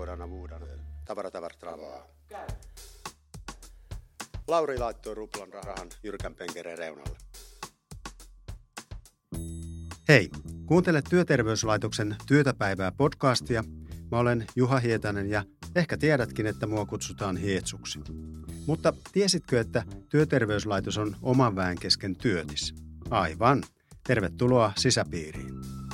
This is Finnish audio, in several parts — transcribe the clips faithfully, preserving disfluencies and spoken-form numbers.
vuodana vuodana. Tavara tavar travaa. Lauri laittoi ruplan rahan jyrkän penkereen reunalle. Hei, kuuntele Työterveyslaitoksen Työtäpäivää podcastia. Mä olen Juha Hietanen ja ehkä tiedätkin, että mua kutsutaan Hietsuksi. Mutta tiesitkö, että Työterveyslaitos on oman väen kesken työtis? Aivan. Tervetuloa sisäpiiriin.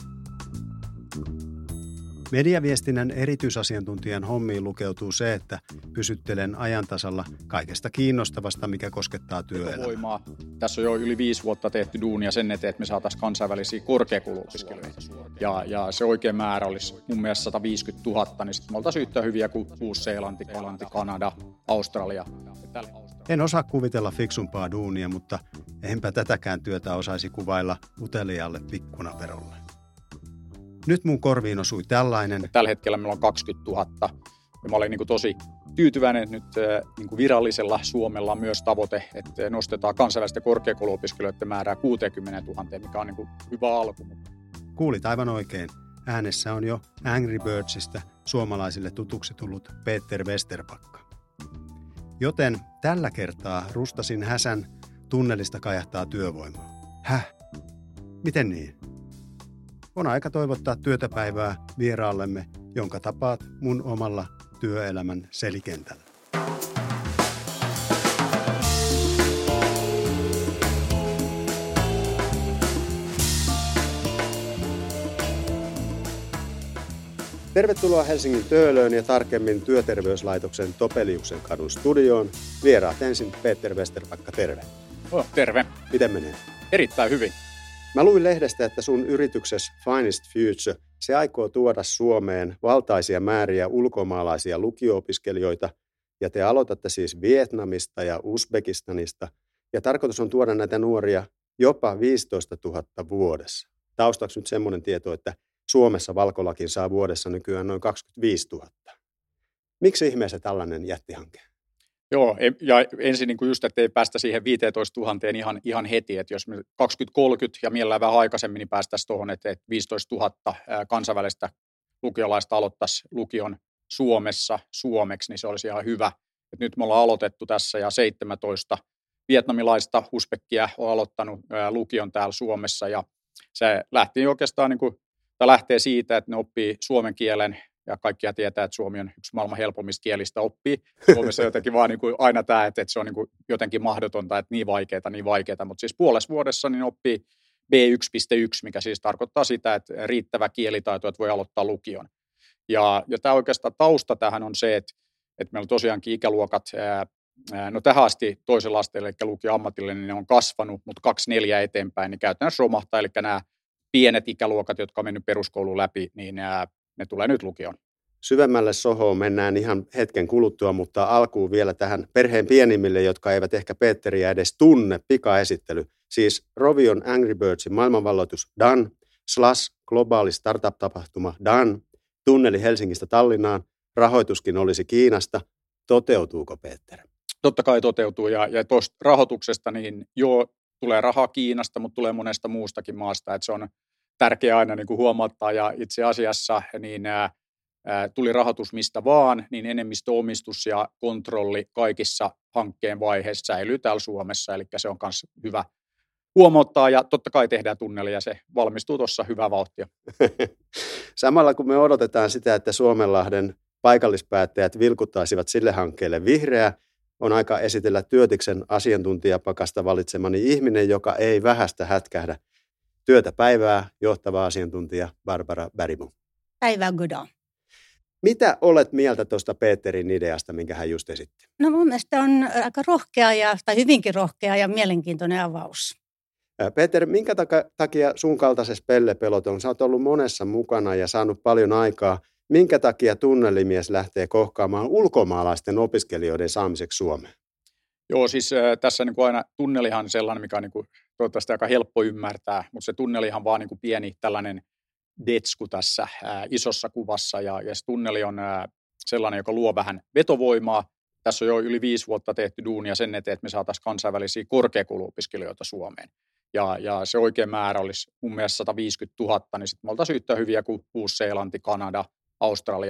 Mediaviestinnän erityisasiantuntijan hommiin lukeutuu se, että pysyttelen ajan tasalla kaikesta kiinnostavasta, mikä koskettaa työelämää. Tässä on jo yli viisi vuotta tehty duunia sen eteen, että me saataisiin kansainvälisiä korkeakouluopiskelijoita. Ja, ja se oikea määrä olisi mun mielestä sata viisikymmentätuhatta, niin sitten me oltaisiin yhtä hyviä kuin Uusi-Seelanti, Seelanti, Kanada, Australia. En osaa kuvitella fiksumpaa duunia, mutta enpä tätäkään työtä osaisi kuvailla uteliaalle pikkunaperolle. Nyt mun korviin osui tällainen. Tällä hetkellä meillä on kaksikymmentätuhatta. Ja mä olen niin kuin tosi tyytyväinen, että nyt niin kuin virallisella Suomella on myös tavoite, että nostetaan kansainvälisten korkeakouluopiskelijoiden määrää kuusikymmentätuhatta, mikä on niin kuin hyvä alku. Kuulit aivan oikein. Äänessä on jo Angry Birdsistä suomalaisille tutuksi tullut Peter Vesterbacka. Joten tällä kertaa rustasin häsän, tunnelista kajahtaa työvoimaa. Häh? Miten niin? On aika toivottaa työtäpäivää vieraallemme, jonka tapaat mun omalla työelämän selikentällä. Tervetuloa Helsingin Töölöön ja tarkemmin Työterveyslaitoksen Topeliuksen kadun studioon. Vieraat ensin Peter Vesterbacka, terve. Oh, terve. Miten menee? Erittäin hyvin. Mä luin lehdestä, että sun yrityksessä Finest Future, se aikoo tuoda Suomeen valtaisia määriä ulkomaalaisia lukio-opiskelijoita, ja te aloitatte siis Vietnamista ja Uzbekistanista, ja tarkoitus on tuoda näitä nuoria jopa viisitoista tuhatta vuodessa. Taustaksi nyt semmoinen tieto, että Suomessa valkolakin saa vuodessa nykyään noin kaksikymmentäviisituhatta. Miksi ihmeessä tällainen jättihanke? Joo, ja ensin niin kuin just, että ei päästä siihen viisitoista tuhatta ihan, ihan heti, että jos me kaksikymmentä kolmekymmentä ja mielellään vähän aikaisemmin, niin päästäisiin tuohon, että viisitoista tuhatta kansainvälistä lukiolaista aloittaisi lukion Suomessa suomeksi, niin se olisi ihan hyvä. Et nyt me ollaan aloitettu tässä ja seitsemäntoista vietnamilaista uzbekkia on aloittanut lukion täällä Suomessa ja se lähti oikeastaan, niin kuin, tai lähtee siitä, että ne oppii suomen kielen. Ja kaikkia tietää, että suomi on yksi maailman helpommista kielistä oppii. Suomessa on jotenkin vaan niin kuin aina tämä, että se on niin kuin jotenkin mahdotonta, että niin vaikeaa, niin vaikeaa. Mutta siis puolessa vuodessa niin oppii B yksi piste yksi, mikä siis tarkoittaa sitä, että riittävä kielitaito, että voi aloittaa lukion. Ja, ja tämä oikeastaan tausta tähän on se, että, että meillä on tosiaankin ikäluokat, ää, no tähän asti toisella asteella, eli lukio ammatillinen, niin ne on kasvanut, mutta kaksi neljä eteenpäin, niin käytännössä romahtaa, eli nämä pienet ikäluokat, jotka on mennyt peruskoulun läpi, niin ää, ne tulee nyt lukioon. Syvemmälle sohoon mennään ihan hetken kuluttua, mutta alkuun vielä tähän perheen pienimmille, jotka eivät ehkä Peteriä edes tunne, pikaesittely. Siis Rovion Angry Birdsin maailmanvalloitus Done, Slash globaali startup-tapahtuma Done, tunneli Helsingistä Tallinnaan, rahoituskin olisi Kiinasta. Toteutuuko, Peter? Totta kai toteutuu ja, ja tuosta rahoituksesta niin joo, tulee rahaa Kiinasta, mutta tulee monesta muustakin maasta, että se on tärkeää aina niin kuin huomauttaa ja itse asiassa niin ää, ää, tuli rahoitus mistä vaan, niin enemmistöomistus ja kontrolli kaikissa hankkeen vaiheissa säilyy täällä Suomessa, eli se on myös hyvä huomauttaa ja totta kai tehdään tunneli ja se valmistuu tuossa hyvää vauhtia. Samalla kun me odotetaan sitä, että Suomenlahden paikallispäättäjät vilkuttaisivat sille hankkeelle vihreää, on aika esitellä Työtiksen asiantuntijapakasta valitsemani ihminen, joka ei vähästä hätkähdä. Työtä päivää johtava asiantuntija Barbara Bergmo. Päivää Godon. Mitä olet mieltä tuosta Peterin ideasta, minkä hän just esitti? No mun mielestä on aika rohkea, ja, tai hyvinkin rohkea ja mielenkiintoinen avaus. Peter, minkä takia sun kaltaisessa pellepeloton? Sä oot ollut monessa mukana ja saanut paljon aikaa. Minkä takia tunnelimies lähtee kohkaamaan ulkomaalaisten opiskelijoiden saamiseksi Suomeen? Joo, siis äh, tässä niin kuin aina tunnelihan sellainen, mikä on niin kuin, toivottavasti aika helppo ymmärtää, mutta se tunnelihan vaan niin kuin pieni tällainen detsku tässä äh, isossa kuvassa ja, ja se tunneli on äh, sellainen, joka luo vähän vetovoimaa. Tässä on jo yli viisi vuotta tehty duunia sen eteen, että me saataisiin kansainvälisiä korkeakouluopiskelijoita Suomeen. Ja, ja se oikea määrä olisi mun mielestä sata viisikymmentätuhatta, niin sitten me oltaisiin yhtä hyviä kuin Uusi-Seelanti, Kanada, Australia.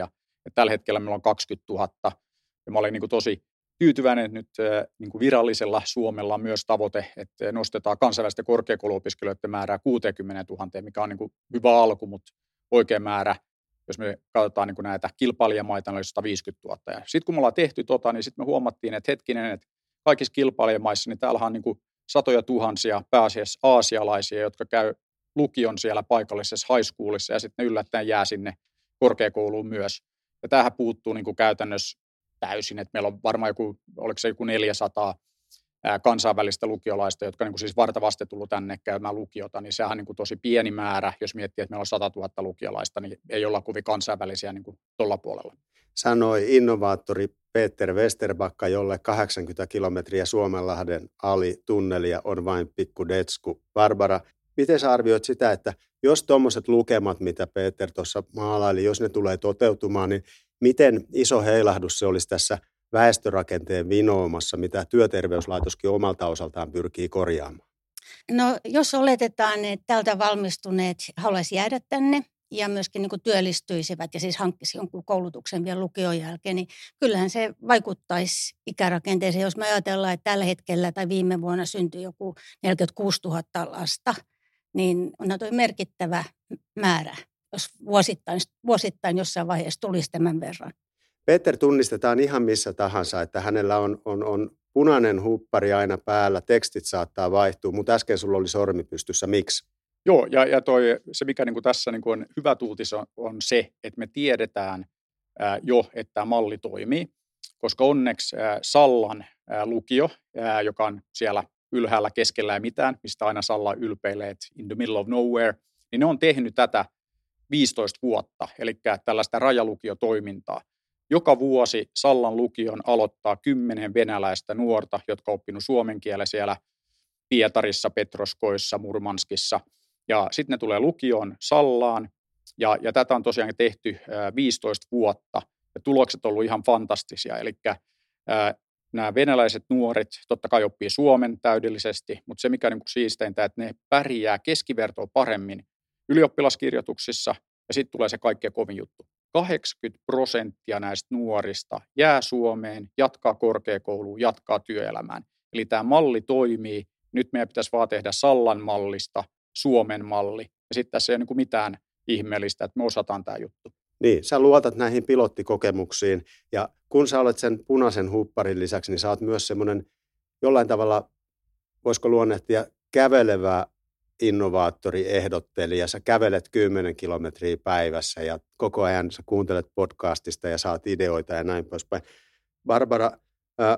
Et tällä hetkellä meillä on kaksikymmentätuhatta. Ja mä olin niin kuin tosi tyytyväinen, että nyt niin kuin virallisella Suomella on myös tavoite, että nostetaan kansainvälisten korkeakouluopiskelijoiden määrää kuusikymmentätuhatta, mikä on niin kuin hyvä alku, mutta oikea määrä, jos me katsotaan niin kuin näitä kilpailijamaita, niin oli sata viisikymmentätuhatta. Ja sitten kun me ollaan tehty tota, niin sitten me huomattiin, että hetkinen, että kaikissa kilpailijamaissa, niin täällä on niin kuin satoja tuhansia pääasiassa aasialaisia, jotka käy lukion siellä paikallisessa high schoolissa ja sitten ne yllättäen jää sinne korkeakouluun myös. Ja tämähän puuttuu niin kuin käytännössä täysin, että meillä on varmaan joku, oliko se joku neljäsataa ää, kansainvälistä lukiolaista, jotka niin kuin siis vartavasti tullut tänne käymään lukiota, niin sehän on niin kuin tosi pieni määrä, jos miettii, että meillä on sata tuhatta lukiolaista, niin ei olla kovin kansainvälisiä niin kuin tuolla puolella. Sanoi innovaattori Peter Westerbacka, jolle kahdeksankymmentä kilometriä Suomenlahden alitunnelia on vain pikku detsku. Barbara, miten sä arvioit sitä, että jos tuommoiset lukemat, mitä Peter tuossa maalaili, jos ne tulee toteutumaan, niin miten iso heilahdus se olisi tässä väestörakenteen vinoomassa, mitä työterveyslaitoskin omalta osaltaan pyrkii korjaamaan? No jos oletetaan, että täältä valmistuneet haluaisi jäädä tänne ja myöskin niin kuin työllistyisivät ja siis hankkisi jonkun koulutuksen vielä lukion jälkeen, niin kyllähän se vaikuttaisi ikärakenteeseen. Jos me ajatellaan, että tällä hetkellä tai viime vuonna syntyi joku neljäkymmentäkuusituhatta lasta, niin on tuo merkittävä määrä, jos vuosittain, vuosittain jossain vaiheessa tulisi tämän verran. Peter tunnistetaan ihan missä tahansa, että hänellä on, on, on punainen huppari aina päällä, tekstit saattaa vaihtua, mutta äsken sulla oli sormi pystyssä. Miksi? Joo, ja, ja toi, se mikä niin kuin tässä niin kuin on hyvä uutis on, on se, että me tiedetään ää, jo, että tämä malli toimii, koska onneksi ää, Sallan ää, lukio, ää, joka on siellä ylhäällä keskellä ei mitään, mistä aina Salla ylpeilee, että in the middle of nowhere, niin ne on tehnyt tätä viisitoista vuotta, eli tällaista rajalukiotoimintaa. Joka vuosi Sallan lukion aloittaa kymmenen venäläistä nuorta, jotka on oppinut suomen kielen siellä Pietarissa, Petroskoissa, Murmanskissa. Ja sitten ne tulee lukioon Sallaan, ja, ja tätä on tosiaan tehty ää, viisitoista vuotta, ja tulokset on ollut ihan fantastisia. Eli ää, nämä venäläiset nuoret totta kai oppii suomen täydellisesti, mutta se mikä on niin kuin siisteintä, että ne pärjää keskivertoa paremmin ylioppilaskirjoituksissa, ja sitten tulee se kaikkein kovin juttu. kahdeksankymmentä prosenttia näistä nuorista jää Suomeen, jatkaa korkeakouluun, jatkaa työelämään. Eli tämä malli toimii. Nyt meidän pitäisi vaan tehdä Sallan mallista Suomen malli. Ja sitten tässä ei ole niin kuin mitään ihmeellistä, että me osataan tämä juttu. Niin, sä luotat näihin pilottikokemuksiin. Ja kun sä olet sen punaisen hupparin lisäksi, niin sä oot myös semmoinen jollain tavalla, voisiko luonnehtia, kävelevä innovaattori, ehdottelija. Sä kävelet kymmenen kilometriä päivässä ja koko ajan sä kuuntelet podcastista ja saat ideoita ja näin poispäin. Barbara, äh,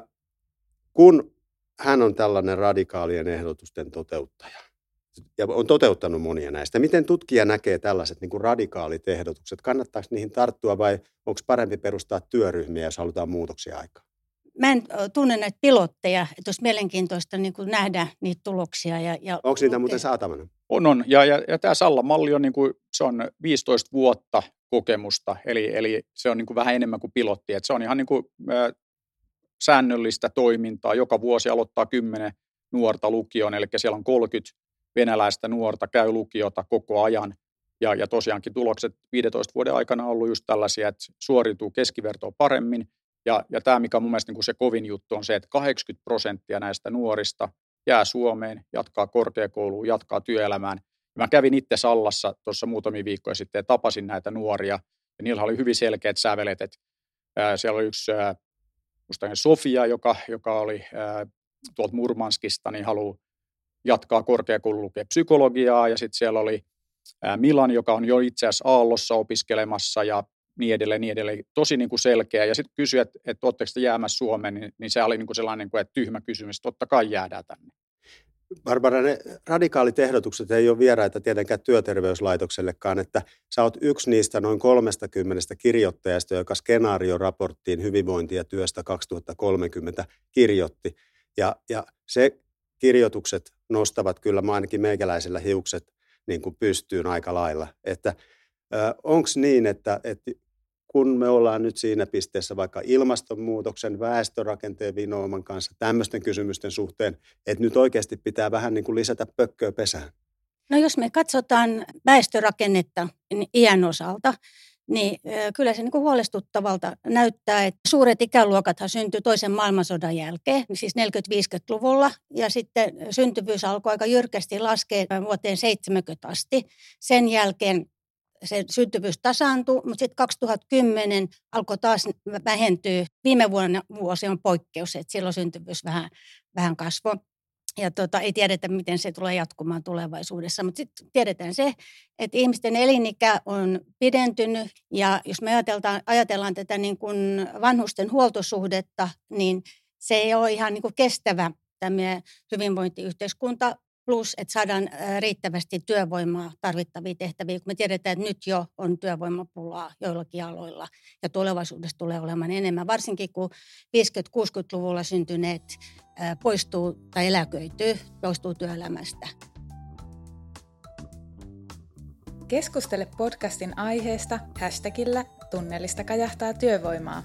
kun hän on tällainen radikaalien ehdotusten toteuttaja ja on toteuttanut monia näistä, miten tutkija näkee tällaiset niin kuin radikaalit ehdotukset? Kannattaako niihin tarttua vai onko parempi perustaa työryhmiä, jos halutaan muutoksia aikaan? Mä en tunne näitä pilotteja, että olisi mielenkiintoista niin kuin nähdä niitä tuloksia. Ja, ja onko niitä muuten saatavana? On, on. Ja, ja, ja tämä Sallan malli on, niin kuin, se on viisitoista vuotta kokemusta, eli, eli se on niin kuin vähän enemmän kuin pilotti. Et se on ihan niin kuin, ä, säännöllistä toimintaa. Joka vuosi aloittaa kymmenen nuorta lukioon, eli siellä on kolmekymmentä venäläistä nuorta, käy lukiota koko ajan. Ja, ja tosiaankin tulokset viidentoista vuoden aikana on ollut just tällaisia, että suoriutuu keskivertoa paremmin. Ja, ja tämä, mikä on mun mielestä niin kuin se kovin juttu, on se, että kahdeksankymmentä prosenttia näistä nuorista jää Suomeen, jatkaa korkeakouluun, jatkaa työelämään. Ja mä kävin itse Sallassa tuossa muutamia viikkoja sitten ja tapasin näitä nuoria. Ja niillä oli hyvin selkeät sävelet. Että, ää, siellä oli yksi ää, musta Sofia, joka, joka oli ää, tuolta Murmanskista, niin haluaa jatkaa korkeakoulun lukea psykologiaa. Ja sitten siellä oli ää, Milan, joka on jo itse asiassa Aallossa opiskelemassa ja niin edelleen, niin edelleen. Tosi niin kuin selkeä. Ja sitten kysyi, että, että oletteko te jäämässä Suomeen, niin, niin se oli niin kuin sellainen kuin, että tyhmä kysymys, että totta kai jäädään tänne. Barbara, ne radikaalit ehdotukset ei ole vieraita tietenkään työterveyslaitoksellekaan, että sä oot yksi niistä noin kolmekymmentä kirjoittajasta, joka skenaarioraporttiin hyvinvointia työstä kaksituhattakolmekymmentä kirjoitti. Ja, ja se kirjoitukset nostavat kyllä ainakin meikäläisellä hiukset niin kuin pystyyn aika lailla, että onko niin, että, että kun me ollaan nyt siinä pisteessä vaikka ilmastonmuutoksen, väestörakenteen vinouman kanssa, tämmöisten kysymysten suhteen, että nyt oikeasti pitää vähän niin kuin lisätä pökköä pesään? No jos me katsotaan väestörakennetta iän osalta, niin kyllä se niin kuin huolestuttavalta näyttää, että suuret ikäluokathan syntyi toisen maailmansodan jälkeen, siis neljäkymmentä-viisikymmentäluvulla, ja sitten syntyvyys alkoi aika jyrkästi laskea vuoteen seitsemänkymmentä asti. Sen jälkeen se syntyvyys tasaantui, mutta sitten kaksituhattakymmenen alkoi taas vähentyä. Viime vuonna vuosi on poikkeus, että silloin syntyvyys vähän, vähän kasvoi. Ja tota, ei tiedetä, miten se tulee jatkumaan tulevaisuudessa, mutta sitten tiedetään se, että ihmisten elinikä on pidentynyt. Ja jos me ajatellaan, ajatellaan tätä niin kuin vanhusten huoltosuhdetta, niin se ei ole ihan niin kuin kestävä tämä hyvinvointiyhteiskunta. Plus, että saadaan riittävästi työvoimaa tarvittavia tehtäviä, kun me tiedetään, että nyt jo on työvoimapulaa joillakin aloilla ja tulevaisuudessa tulee olemaan enemmän, varsinkin kun viisikymmentä-kuusikymmentäluvulla syntyneet poistuu tai eläköityy, poistuu työelämästä. Keskustele podcastin aiheesta hashtagillä tunnelista kajahtaa työvoimaa.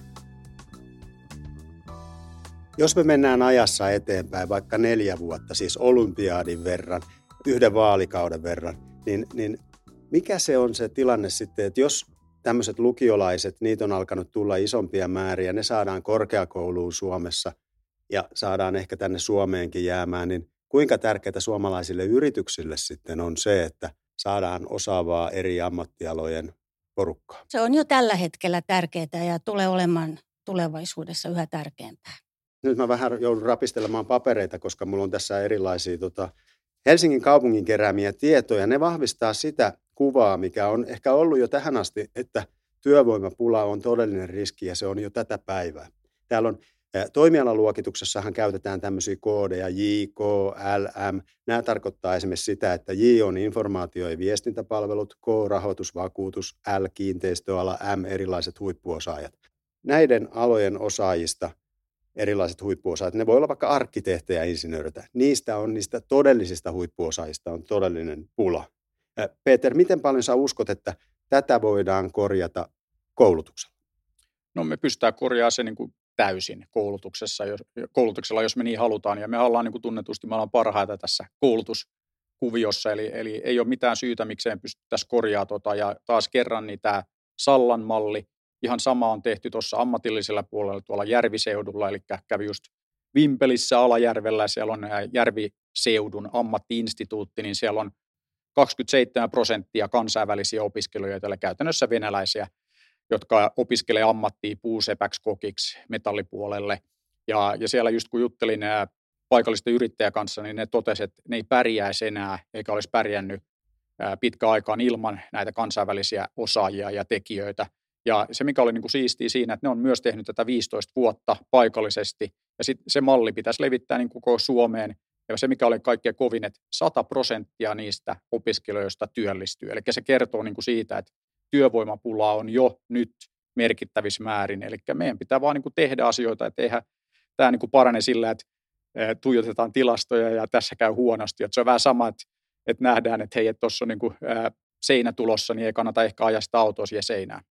Jos me mennään ajassa eteenpäin vaikka neljä vuotta, siis olympiadin verran, yhden vaalikauden verran, niin, niin mikä se on se tilanne sitten, että jos tämmöiset lukiolaiset, niitä on alkanut tulla isompia määriä, ne saadaan korkeakouluun Suomessa ja saadaan ehkä tänne Suomeenkin jäämään, niin kuinka tärkeää suomalaisille yrityksille sitten on se, että saadaan osaavaa eri ammattialojen porukkaa? Se on jo tällä hetkellä tärkeää ja tulee olemaan tulevaisuudessa yhä tärkeämpää. Nyt mä vähän joudun rapistelemaan papereita, koska mulla on tässä erilaisia tota, Helsingin kaupungin keräämiä tietoja. Ne vahvistaa sitä kuvaa, mikä on ehkä ollut jo tähän asti, että työvoimapula on todellinen riski ja se on jo tätä päivää. Täällä on toimialaluokituksessahan käytetään tämmöisiä koodeja J, K, L, M. Nämä tarkoittaa esimerkiksi sitä, että J on informaatio- ja viestintäpalvelut, K rahoitus, vakuutus, L kiinteistöala, M erilaiset huippuosaajat. Näiden alojen osaajista erilaiset huippuosaajat, ne voi olla vaikka arkkitehtejä ja insinööritä. Niistä on, niistä todellisista huippuosaajista on todellinen pula. Peter, miten paljon sä uskot, että tätä voidaan korjata koulutuksella? No me pystytään korjaamaan se niin kuin täysin koulutuksessa, jos, koulutuksella, jos me niin halutaan. Ja me ollaan niin kuin tunnetusti, me ollaan parhaita tässä koulutuskuviossa, eli, eli ei ole mitään syytä, miksei pystyttäisiin korjaamaan tota. Ja taas kerran niin tämä Sallan malli, ihan sama on tehty tuossa ammatillisella puolella tuolla järviseudulla, eli kävi just Vimpelissä Alajärvellä, siellä on Järviseudun ammattiinstituutti, niin siellä on kaksikymmentäseitsemän prosenttia kansainvälisiä opiskelijoita, eli käytännössä venäläisiä, jotka opiskelee ammattia puusepäksi, kokiksi, metallipuolelle. Ja, ja siellä just kun juttelin nämä paikallisten yrittäjän kanssa, niin ne totesivat, että ne ei pärjäisi enää, eikä olisi pärjännyt pitkä aikaan ilman näitä kansainvälisiä osaajia ja tekijöitä. Ja se, mikä oli niin kuin siistiä siinä, että ne on myös tehnyt tätä viisitoista vuotta paikallisesti, ja sitten se malli pitäisi levittää niin koko Suomeen. Ja se, mikä oli kaikkein kovin, että sata prosenttia niistä opiskelijoista työllistyy. Eli se kertoo niin kuin siitä, että työvoimapula on jo nyt merkittävissä määrin. Eli meidän pitää vaan niin kuin tehdä asioita, että eihän tämä niin kuin parane sillä, että tuijotetaan tilastoja ja tässä käy huonosti. Että se on vähän sama, että, että nähdään, että hei, että tuossa on niin kuin seinä tulossa, niin ei kannata ehkä ajaa sitä autoa siihen seinään.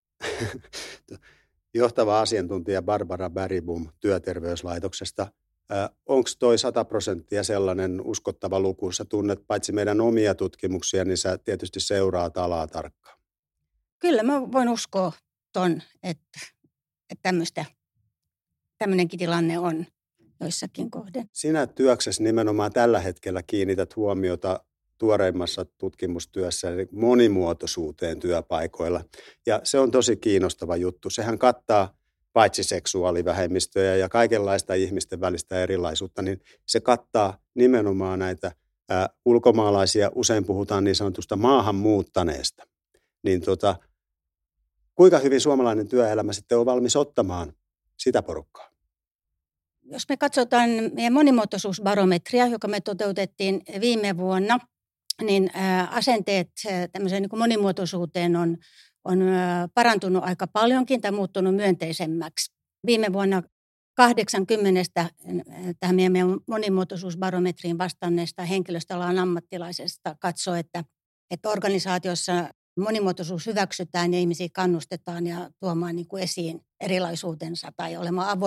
Johtava asiantuntija Barbara Bergbom Työterveyslaitoksesta. Onko toi sata prosenttia sellainen uskottava luku? Sä tunnet paitsi meidän omia tutkimuksia, niin sä tietysti seuraat alaa tarkkaan. Kyllä mä voin uskoa ton, että, että tämmöistä, tämmöinenkin tilanne on joissakin kohden. Sinä työksessä nimenomaan tällä hetkellä kiinnität huomiota tuoreimmassa tutkimustyössä eli monimuotoisuuteen työpaikoilla. Ja se on tosi kiinnostava juttu. Sehän kattaa paitsi seksuaalivähemmistöjä ja kaikenlaista ihmisten välistä erilaisuutta, niin se kattaa nimenomaan näitä ää, ulkomaalaisia, usein puhutaan niin sanotusta maahanmuuttaneesta. Niin tota, kuinka hyvin suomalainen työelämä sitten on valmis ottamaan sitä porukkaa? Jos me katsotaan meidän monimuotoisuusbarometria, joka me toteutettiin viime vuonna, niin asenteet tämmöiseen niin kuin monimuotoisuuteen on, on parantunut aika paljonkin tai muuttunut myönteisemmäksi. Viime vuonna kahdeksankymmentä tähän meidän monimuotoisuusbarometriin vastanneesta henkilöstöalan ammattilaisesta katsoo, että, että organisaatiossa monimuotoisuus hyväksytään ja ihmisiä kannustetaan ja tuomaan niin kuin esiin erilaisuutensa tai olemaan avoimia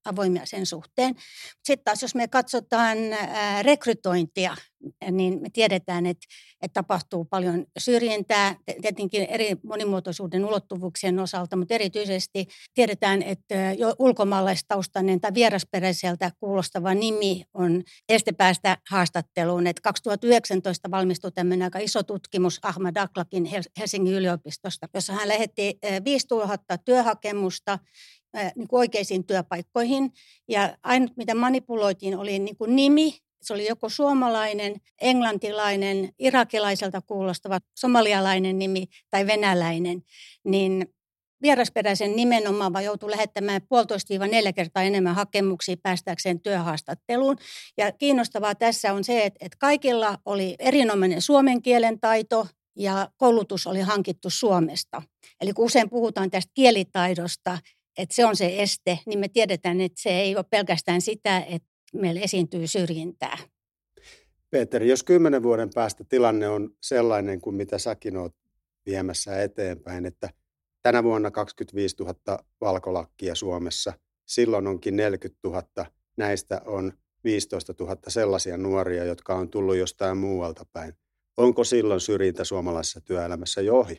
avoimia sen suhteen. Sitten taas jos me katsotaan ää, rekrytointia, niin me tiedetään, että, että tapahtuu paljon syrjintää, tietenkin eri monimuotoisuuden ulottuvuuksien osalta, mutta erityisesti tiedetään, että jo ulkomaalaistaustainen tai vierasperäiseltä kuulostava nimi on este päästä haastatteluun. Että kaksituhattayhdeksäntoista valmistui tämmöinen aika iso tutkimus Ahmad Aklakin Helsingin yliopistosta, jossa hän lähetti viisituhatta työhakemusta niin kuin oikeisiin työpaikkoihin. Ja ainut, mitä manipuloitiin, oli niin kuin nimi. Se oli joko suomalainen, englantilainen, irakilaiselta kuulostava, somalialainen nimi tai venäläinen. Niin vierasperäisen nimenomaan vaan joutui lähettämään puolitoista neljä kertaa enemmän hakemuksia päästäkseen työhaastatteluun. Ja kiinnostavaa tässä on se, että, että kaikilla oli erinomainen suomen kielen taito ja koulutus oli hankittu Suomesta. Eli kun usein puhutaan tästä kielitaidosta, että se on se este, niin me tiedetään, että se ei ole pelkästään sitä, että meillä esiintyy syrjintää. Peter, jos kymmenen vuoden päästä tilanne on sellainen kuin mitä säkin olet viemässä eteenpäin, että tänä vuonna kaksikymmentäviisituhatta valkolakkia Suomessa, silloin onkin neljäkymmentätuhatta, näistä on viisitoistatuhatta sellaisia nuoria, jotka on tullut jostain muualta päin. Onko silloin syrjintä suomalaisessa työelämässä jo ohi?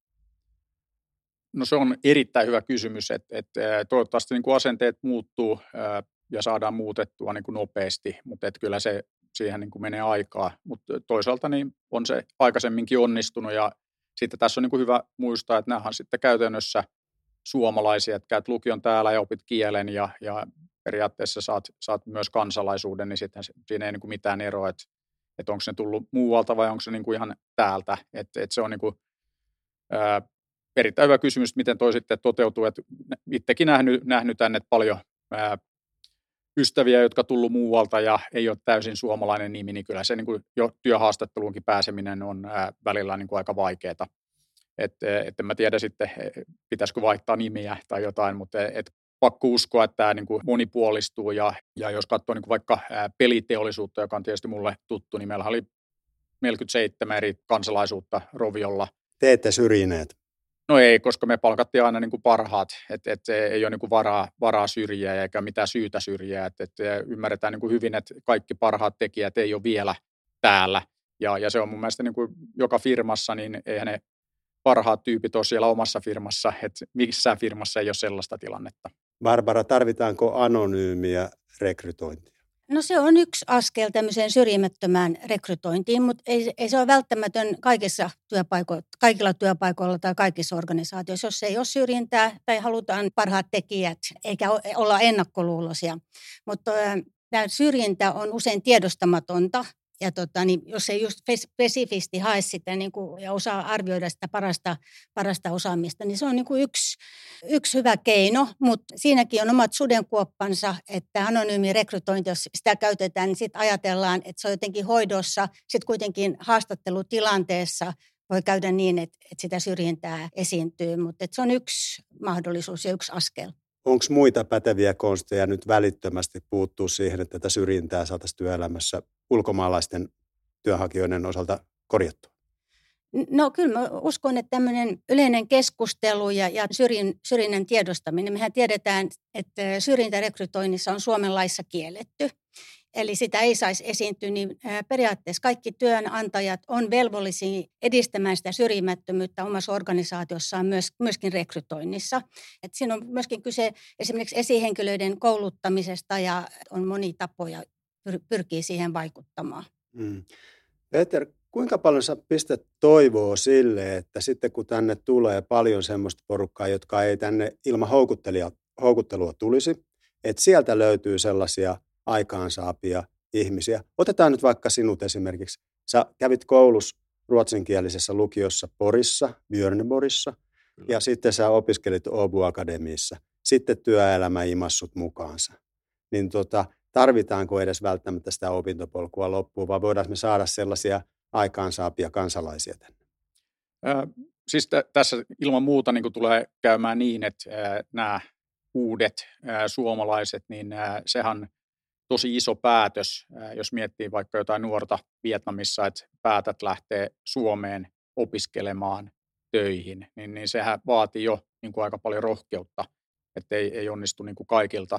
No se on erittäin hyvä kysymys, että, että toivottavasti niin kuin asenteet muuttuu ja saadaan muutettua niin kuin nopeasti, mutta että kyllä se siihen niin kuin menee aikaa. Mutta toisaalta niin on se aikaisemminkin onnistunut ja sitten tässä on niin kuin hyvä muistaa, että nämä on sitten käytännössä suomalaisia, että käyt lukion täällä ja opit kielen ja, ja periaatteessa saat, saat myös kansalaisuuden, niin sitten siinä ei niin kuin mitään eroa, että, että onko se tullut muualta vai onko se niin kuin ihan täältä. Että, että se on niin kuin, ää, erittäin hyvä kysymys, miten toi sitten toteutuu. Että itsekin nähnyt, nähnyt tänne paljon ää, ystäviä, jotka on tullut muualta ja ei ole täysin suomalainen nimi, niin kyllä se niin kuin jo työhaastatteluunkin pääseminen on ää, välillä niin kuin aika vaikeaa. Että et en mä tiedä sitten, pitäisikö vaihtaa nimiä tai jotain, mutta et pakko uskoa, että tämä niin kuin monipuolistuu. Ja, ja jos katsoo niin kuin vaikka ää, peliteollisuutta, joka on tietysti mulle tuttu, niin meillä oli neljäkymmentäseitsemän eri kansalaisuutta Roviolla. Te ette syrjineet? No ei, koska me palkattiin aina niin kuin parhaat, että et ei ole niin kuin varaa, varaa syrjiä eikä mitään syytä syrjiä. Että et ymmärretään niin kuin hyvin, että kaikki parhaat tekijät ei ole vielä täällä. Ja, ja se on mun mielestä niin kuin joka firmassa, niin eihän ne parhaat tyypit ole siellä omassa firmassa, että missään firmassa ei ole sellaista tilannetta. Barbara, tarvitaanko anonyymiä rekrytointia? No se on yksi askel tämmöiseen syrjimättömään rekrytointiin, mutta ei, ei se ole välttämätön kaikissa työpaiko- kaikilla työpaikoilla tai kaikissa organisaatioissa, jos ei ole syrjintää tai halutaan parhaat tekijät eikä olla ennakkoluuloisia. Mutta tämä syrjintä on usein tiedostamatonta. Ja tota, niin jos ei just spesifisti hae sitä niin kuin, ja osaa arvioida sitä parasta, parasta osaamista, niin se on niin kuin yksi, yksi hyvä keino, mutta siinäkin on omat sudenkuoppansa, että anonyymi rekrytointi, jos sitä käytetään, niin sitten ajatellaan, että se on jotenkin hoidossa, sitten kuitenkin haastattelutilanteessa voi käydä niin, että, että sitä syrjintää esiintyy, mutta se on yksi mahdollisuus ja yksi askel. Onko muita päteviä konsteja nyt välittömästi puuttuu siihen, että tätä syrjintää saataisiin työelämässä ulkomaalaisten työnhakijoiden osalta korjattua? No kyllä mä uskon, että tämmöinen yleinen keskustelu ja, ja syrjin, syrjinnän tiedostaminen. Mehän tiedetään, että syrjintärekrytoinnissa on Suomen laissa kielletty. Eli sitä ei saisi esiintyä, niin periaatteessa kaikki työnantajat on velvollisia edistämään sitä syrjimättömyyttä omassa organisaatiossaan myös, myöskin rekrytoinnissa. Et siinä on myöskin kyse esimerkiksi esihenkilöiden kouluttamisesta ja on monia tapoja pyr- pyrkii siihen vaikuttamaan. Mm. Peter, kuinka paljon sä pistät toivoa sille, että sitten kun tänne tulee paljon semmoista porukkaa, jotka ei tänne ilman houkuttelua tulisi, että sieltä löytyy sellaisia aikaansaapia ihmisiä. Otetaan nyt vaikka sinut esimerkiksi. Sä kävit koulussa ruotsinkielisessä lukiossa Porissa, Björneborissa, Kyllä. ja sitten sä opiskelit Åbo Akademiassa. Sitten työelämä imassut mukaansa. Niin tota, tarvitaanko edes välttämättä sitä opintopolkua loppuun, vai voidaan me saada sellaisia aikaansaapia kansalaisia tänne? Äh, siis t- tässä ilman muuta niin tulee käymään niin, että äh, nämä uudet äh, suomalaiset, niin äh, sehän tosi iso päätös, jos miettii vaikka jotain nuorta Vietnamissa, että päätät lähteä Suomeen opiskelemaan töihin, niin, niin sehän vaatii jo niin kuin aika paljon rohkeutta, että ei, ei onnistu niin kuin kaikilta.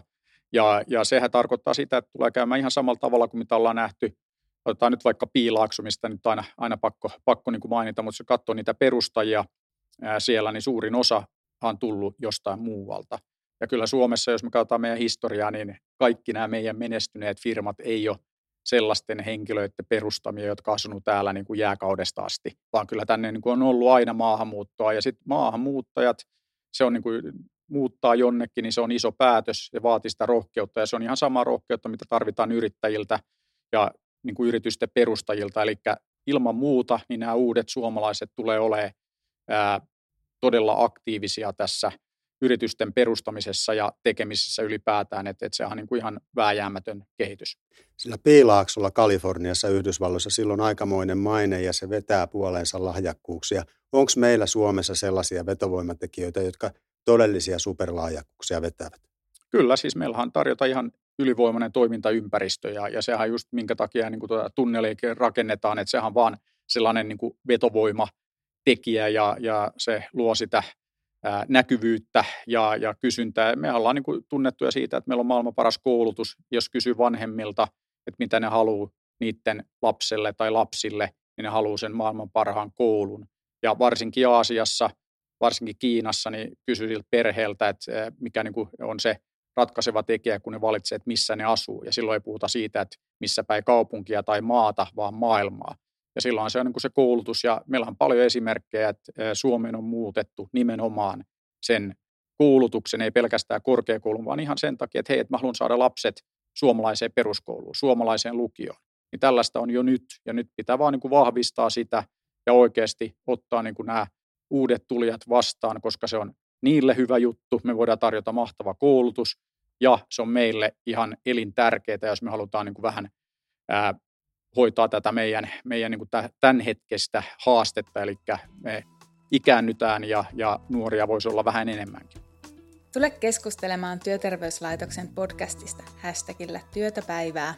Ja, ja sehän tarkoittaa sitä, että tulee käymään ihan samalla tavalla kuin mitä ollaan nähty. Otetaan nyt vaikka Piilaakso, mistä nyt aina, aina pakko, pakko niin kuin mainita, mutta jos katsoo niitä perustajia ää, siellä, niin suurin osa on tullut jostain muualta. Ja kyllä Suomessa, jos me katsotaan meidän historiaa, niin kaikki nämä meidän menestyneet firmat ei ole sellaisten henkilöiden perustamia, jotka asunut täällä niin kuin jääkaudesta asti, vaan kyllä tänne niin kuin on ollut aina maahanmuuttoa. Ja sitten maahanmuuttajat, se on niin kuin muuttaa jonnekin, niin se on iso päätös ja vaatii sitä rohkeutta. Ja se on ihan sama rohkeutta, mitä tarvitaan yrittäjiltä ja niin kuin yritysten perustajilta. Eli ilman muuta niin nämä uudet suomalaiset tulee olemaan ää, todella aktiivisia tässä yritysten perustamisessa ja tekemisessä ylipäätään, että, että se on niin kuin ihan vääjäämätön kehitys. Sillä Piilaaksolla Kaliforniassa Yhdysvalloissa silloin aikamoinen maine ja se vetää puoleensa lahjakkuuksia. Onko meillä Suomessa sellaisia vetovoimatekijöitä, jotka todellisia superlahjakkuuksia vetävät? Kyllä, siis meillähän on tarjota ihan ylivoimainen toimintaympäristö ja, ja sehän just minkä takia niin kuin tuota tunneliakin rakennetaan, että sehän on vaan sellainen niin kuin vetovoimatekijä ja, ja se luo sitä ää, näkyvyyttä ja, ja kysyntää. Me ollaan niin kuin tunnettuja siitä, että meillä on maailman paras koulutus. Jos kysyy vanhemmilta, että mitä ne haluaa niiden lapselle tai lapsille, niin ne haluaa sen maailman parhaan koulun. Ja varsinkin Aasiassa, varsinkin Kiinassa, niin kysyy siltä perheeltä, että mikä niin kuin on se ratkaiseva tekijä, kun ne valitsee, että missä ne asuu. Ja silloin ei puhuta siitä, että missä päin kaupunkia tai maata, vaan maailmaa. Ja silloin se on niin kuin se koulutus. Ja meillä on paljon esimerkkejä, että Suomeen on muutettu nimenomaan sen koulutuksen, ei pelkästään korkeakoulun, vaan ihan sen takia, että hei, että mä haluan saada lapset suomalaiseen peruskouluun, suomalaiseen lukioon. Niin tällaista on jo nyt. Ja nyt pitää vaan niin kuin vahvistaa sitä ja oikeasti ottaa niin kuin nämä uudet tulijat vastaan, koska se on niille hyvä juttu. Me voidaan tarjota mahtava koulutus ja se on meille ihan elintärkeää, jos me halutaan niin kuin vähän ää, hoitaa tätä meidän, meidän niin kuin tämän hetkestä haastetta, eli me ikäännytään ja, ja nuoria voisi olla vähän enemmänkin. Tule keskustelemaan Työterveyslaitoksen podcastista hashtagillä työtäpäivää.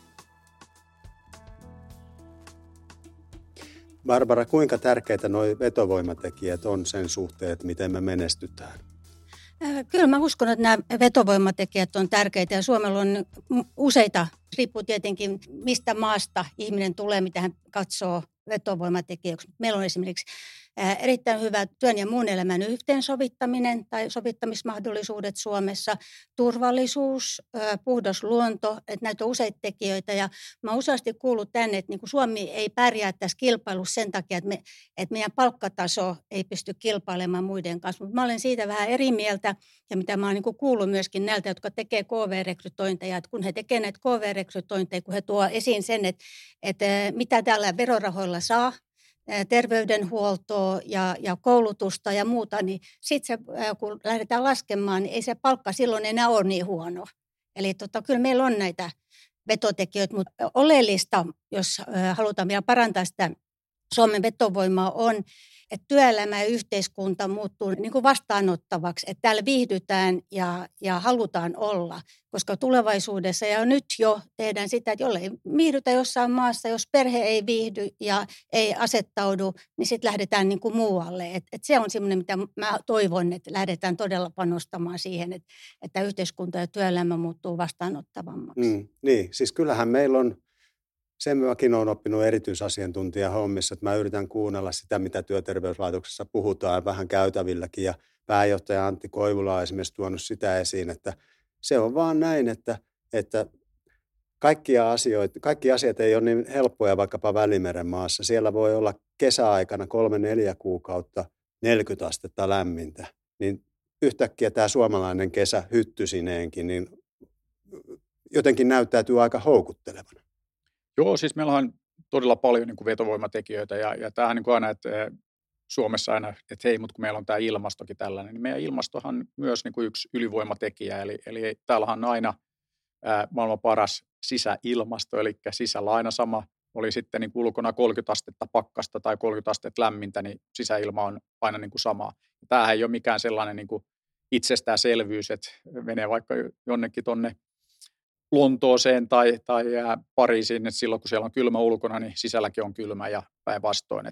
Barbara, kuinka tärkeitä nuo vetovoimatekijät on sen suhteen, että miten me menestytään? Kyllä mä uskon, että nämä vetovoimatekijät on tärkeitä ja Suomella on useita, riippuu tietenkin mistä maasta ihminen tulee, mitä hän katsoo vetovoimatekijöiksi. Meillä on esimerkiksi erittäin hyvä työn ja muun elämän yhteensovittaminen tai sovittamismahdollisuudet Suomessa, turvallisuus, puhdas luonto, että näitä on useita tekijöitä. Ja mä oon useasti kuullut tänne, että niin kuin Suomi ei pärjää tässä kilpailussa sen takia, että, me, että meidän palkkataso ei pysty kilpailemaan muiden kanssa. Mutta mä olen siitä vähän eri mieltä ja mitä mä oon niin kuin kuullut myöskin näiltä, jotka tekee K V-rekrytointeja, että kun he tekevät näitä K V-rekrytointeja, kun he tuo esiin sen, että, että mitä tällä verorahoilla saa, terveydenhuoltoa ja, ja koulutusta ja muuta, niin sitten kun lähdetään laskemaan, niin ei se palkka silloin enää ole niin huono. Eli tota, kyllä meillä on näitä vetotekijöitä, mutta oleellista, jos halutaan vielä parantaa sitä Suomen vetovoimaa, on, että työelämä ja yhteiskunta muuttuu niin kuin vastaanottavaksi, että täällä viihdytään ja, ja halutaan olla, koska tulevaisuudessa ja nyt jo tehdään sitä, että jollei viihdytä jossain maassa, jos perhe ei viihdy ja ei asettaudu, niin sitten lähdetään niin kuin muualle. Et, et se on semmoinen, mitä mä toivon, että lähdetään todella panostamaan siihen, että, että yhteiskunta ja työelämä muuttuu vastaanottavammaksi. Mm, niin, siis kyllähän meillä on, sen mäkin olen oppinut erityisasiantuntija hommissa, että mä yritän kuunnella sitä, mitä työterveyslaitoksessa puhutaan vähän käytävilläkin. Ja pääjohtaja Antti Koivula on esimerkiksi tuonut sitä esiin, että se on vaan näin, että, että kaikkia asioita, kaikki asiat ei ole niin helppoja vaikkapa Välimeren maassa. Siellä voi olla kesäaikana kolme neljä kuukautta neljäkymmentä astetta lämmintä. Niin yhtäkkiä tämä suomalainen kesä hyttysineenkin, niin jotenkin näyttäytyy aika houkuttelevana. Joo, siis meillä on todella paljon niin kuin vetovoimatekijöitä ja, ja tämähän niin kuin aina, että Suomessa aina, että hei, mutta kun meillä on tämä ilmastokin tällainen, niin meidän ilmastohan on myös niin kuin yksi ylivoimatekijä, eli, eli täällähän on aina ää, maailman paras sisäilmasto, eli sisällä aina sama, oli sitten niin kuin ulkona kolmekymmentä astetta pakkasta tai kolmekymmentä astetta lämmintä, niin sisäilma on aina niin kuin sama. Tämähän ei ole mikään sellainen niin kuin itsestäänselvyys, että menee vaikka jonnekin tonne Lontooseen tai, tai Pariisiin, että silloin kun siellä on kylmä ulkona, niin sisälläkin on kylmä ja päinvastoin. Että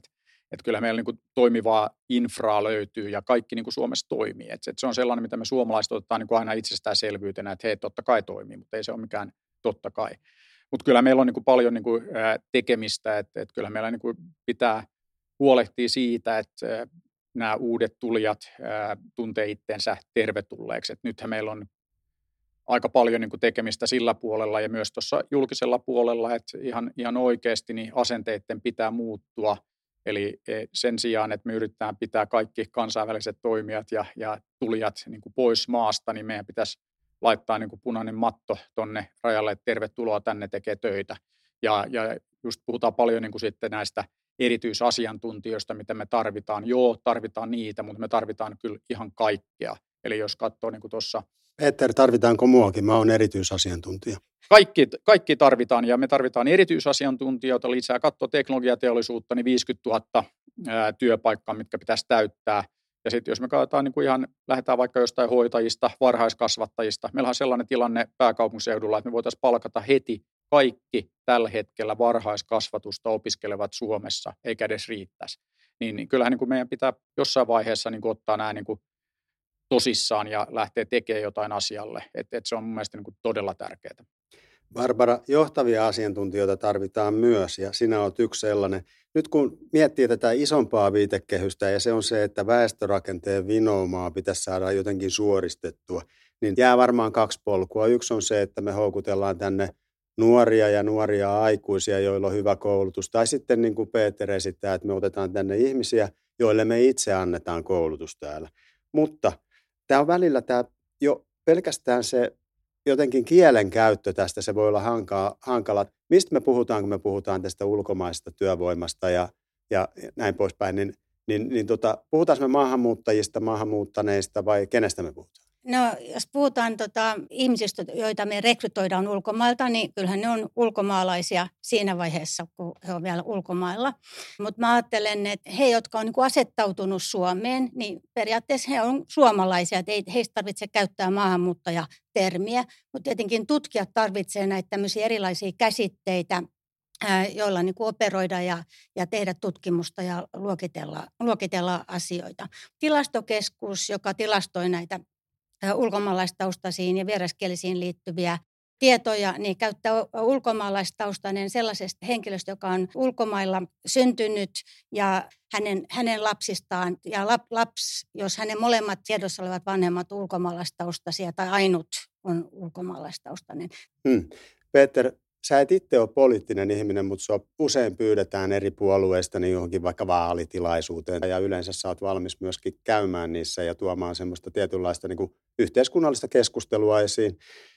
Että kyllä meillä niin kuin toimivaa infraa löytyy ja kaikki niin kuin Suomessa toimii. Että se on sellainen, mitä me suomalaiset otetaan niin kuin aina itsestäänselvyytenä, että hei, totta kai toimii, mutta ei se ole mikään totta kai. Mutta kyllä meillä on niin kuin paljon niin kuin tekemistä, että, että kyllä meillä niin kuin pitää huolehtia siitä, että nämä uudet tulijat tuntee itsensä tervetulleeksi. Että nythän meillä on aika paljon niin kuin tekemistä sillä puolella ja myös tuossa julkisella puolella, että ihan, ihan oikeasti niin asenteiden pitää muuttua. Eli sen sijaan, että me yritetään pitää kaikki kansainväliset toimijat ja, ja tulijat niin kuin pois maasta, niin meidän pitäisi laittaa niin kuin punainen matto tuonne rajalle, että tervetuloa tänne tekee töitä. Ja, ja just puhutaan paljon niin kuin sitten näistä erityisasiantuntijoista, mitä me tarvitaan. Joo, tarvitaan niitä, mutta me tarvitaan kyllä ihan kaikkea. Eli jos katsoo niin kuin tuossa... Peter, tarvitaanko muakin? Mä oon erityisasiantuntija. Kaikki, kaikki tarvitaan ja me tarvitaan erityisasiantuntijoita lisää. Katsoo teknologiateollisuutta, niin viisikymmentätuhatta ää, työpaikkaa, mitkä pitäisi täyttää. Ja sitten jos me katsotaan niin kuin ihan, lähdetään vaikka jostain hoitajista, varhaiskasvattajista. Meillä on sellainen tilanne pääkaupunkiseudulla, että me voitaisiin palkata heti kaikki tällä hetkellä varhaiskasvatusta opiskelevat Suomessa, eikä edes riittäisi. Niin, niin kyllähän niin kuin meidän pitää jossain vaiheessa niin kuin ottaa nämä niin kuin tosissaan ja lähteä tekemään jotain asialle. Et, et se on mun mielestä niin kuin todella tärkeää. Barbara, johtavia asiantuntijoita tarvitaan myös ja sinä olet yksi sellainen. Nyt kun miettii tätä isompaa viitekehystä ja se on se, että väestörakenteen vinoumaa pitäisi saada jotenkin suoristettua, niin jää varmaan kaksi polkua. Yksi on se, että me houkutellaan tänne nuoria ja nuoria aikuisia, joilla on hyvä koulutus. Tai sitten niin kuin Peter esittää, että me otetaan tänne ihmisiä, joille me itse annetaan koulutus täällä. Mutta tämä on välillä tämä jo pelkästään se jotenkin kielen käyttö tästä, se voi olla hankala. hankala. Mistä me puhutaan, kun me puhutaan tästä ulkomaisesta työvoimasta ja, ja näin poispäin, niin, niin, niin tota, puhutaanko me maahanmuuttajista, maahanmuuttaneista vai kenestä me puhutaan? No, jos puhutaan tota, ihmisistä, joita me rekrytoidaan ulkomailta, niin kyllähän ne on ulkomaalaisia siinä vaiheessa, kun he on vielä ulkomailla. Mutta mä ajattelen, että he, jotka on niin asettautunut Suomeen, niin periaatteessa he on suomalaisia, että ei heistä tarvitse käyttää maahanmuuttajatermiä. Mutta tietenkin tutkijat tarvitsevat näitä tämmöisiä erilaisia käsitteitä, joilla niin kuin operoida ja, ja tehdä tutkimusta ja luokitella, luokitella asioita. Tilastokeskus, joka tilastoi näitä ulkomaalaistaustaisiin ja vieraskielisiin liittyviä tietoja, niin käyttää ulkomaalaistaustainen sellaisesta henkilöstä, joka on ulkomailla syntynyt ja hänen, hänen lapsistaan. Ja lap, laps, jos hänen molemmat tiedossa olevat vanhemmat ulkomaalaistaustaisia tai ainut on ulkomaalaistaustainen. Hmm. Peter, sä et itse ole poliittinen ihminen, mutta sua usein pyydetään eri puolueista niin johonkin vaikka vaalitilaisuuteen. Ja yleensä sä oot valmis myöskin käymään niissä ja tuomaan semmoista tietynlaista niin kuin yhteiskunnallista keskustelua esiin.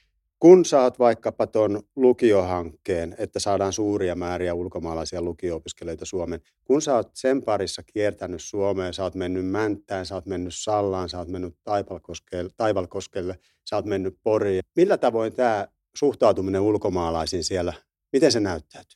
Kun sä oot vaikkapa ton lukiohankkeen, että saadaan suuria määriä ulkomaalaisia lukio-opiskelijoita Suomeen. Kun sä oot sen parissa kiertänyt Suomeen, sä oot mennyt Mänttään, sä oot mennyt Sallaan, sä oot mennyt Taivalkoskelle, Taivalkoskelle sä oot mennyt Poriin. Millä tavoin tämä suhtautuminen ulkomaalaisiin siellä, miten se näyttäytyy?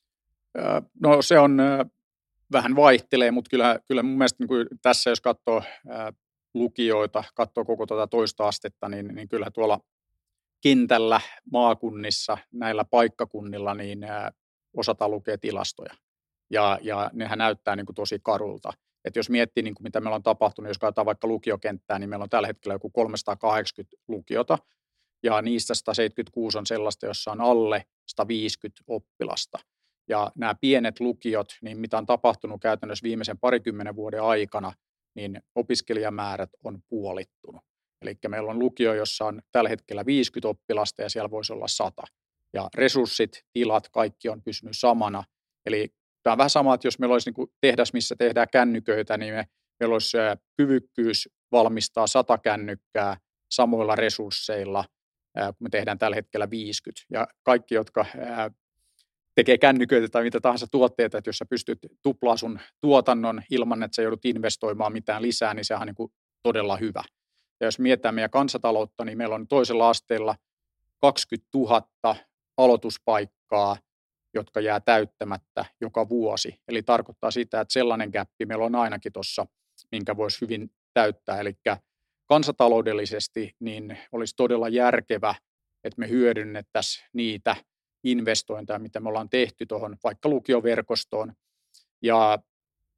No se on, vähän vaihtelee, mutta kyllä, kyllä mun mielestä niin kuin tässä, jos katsoo lukioita, katsoo koko tuota toista astetta, niin, niin kyllä tuolla kentällä, maakunnissa, näillä paikkakunnilla, niin osataan lukea tilastoja. Ja, ja nehän näyttää niin kuin tosi karulta. Et jos miettii, niin kuin mitä meillä on tapahtunut, jos katsotaan vaikka lukiokenttää, niin meillä on tällä hetkellä joku kolmesataakahdeksankymmentä lukiota, ja niistä sata seitsemänkymmentäkuusi on sellaista, jossa on alle sata viisikymmentä oppilasta. Ja nämä pienet lukiot, niin mitä on tapahtunut käytännössä viimeisen parikymmenen vuoden aikana, niin opiskelijamäärät on puolittunut. Eli meillä on lukio, jossa on tällä hetkellä viisikymmentä oppilasta ja siellä voisi olla sata. Ja resurssit, tilat, kaikki on pysynyt samana. Eli tämä on vähän sama, että jos meillä olisi niin kuin tehdas, missä tehdään kännyköitä, niin me, meillä olisi kyvykkyys valmistaa sata kännykkää samoilla resursseilla, kun me tehdään tällä hetkellä viisikymmentä. Ja kaikki, jotka tekee kännyköitä tai mitä tahansa tuotteita, että jos sä pystyt tuplaa sun tuotannon ilman, että sä joudut investoimaan mitään lisää, niin sehän on niin kuin todella hyvä. Ja jos mietitään meidän kansantaloutta, niin meillä on toisella asteella kaksikymmentätuhatta aloituspaikkaa, jotka jää täyttämättä joka vuosi. Eli tarkoittaa sitä, että sellainen gäppi meillä on ainakin tuossa, minkä voisi hyvin täyttää. Eli kansantaloudellisesti niin olisi todella järkevä, että me hyödynnettäisiin niitä investointeja, mitä me ollaan tehty tuohon vaikka lukioverkostoon. Ja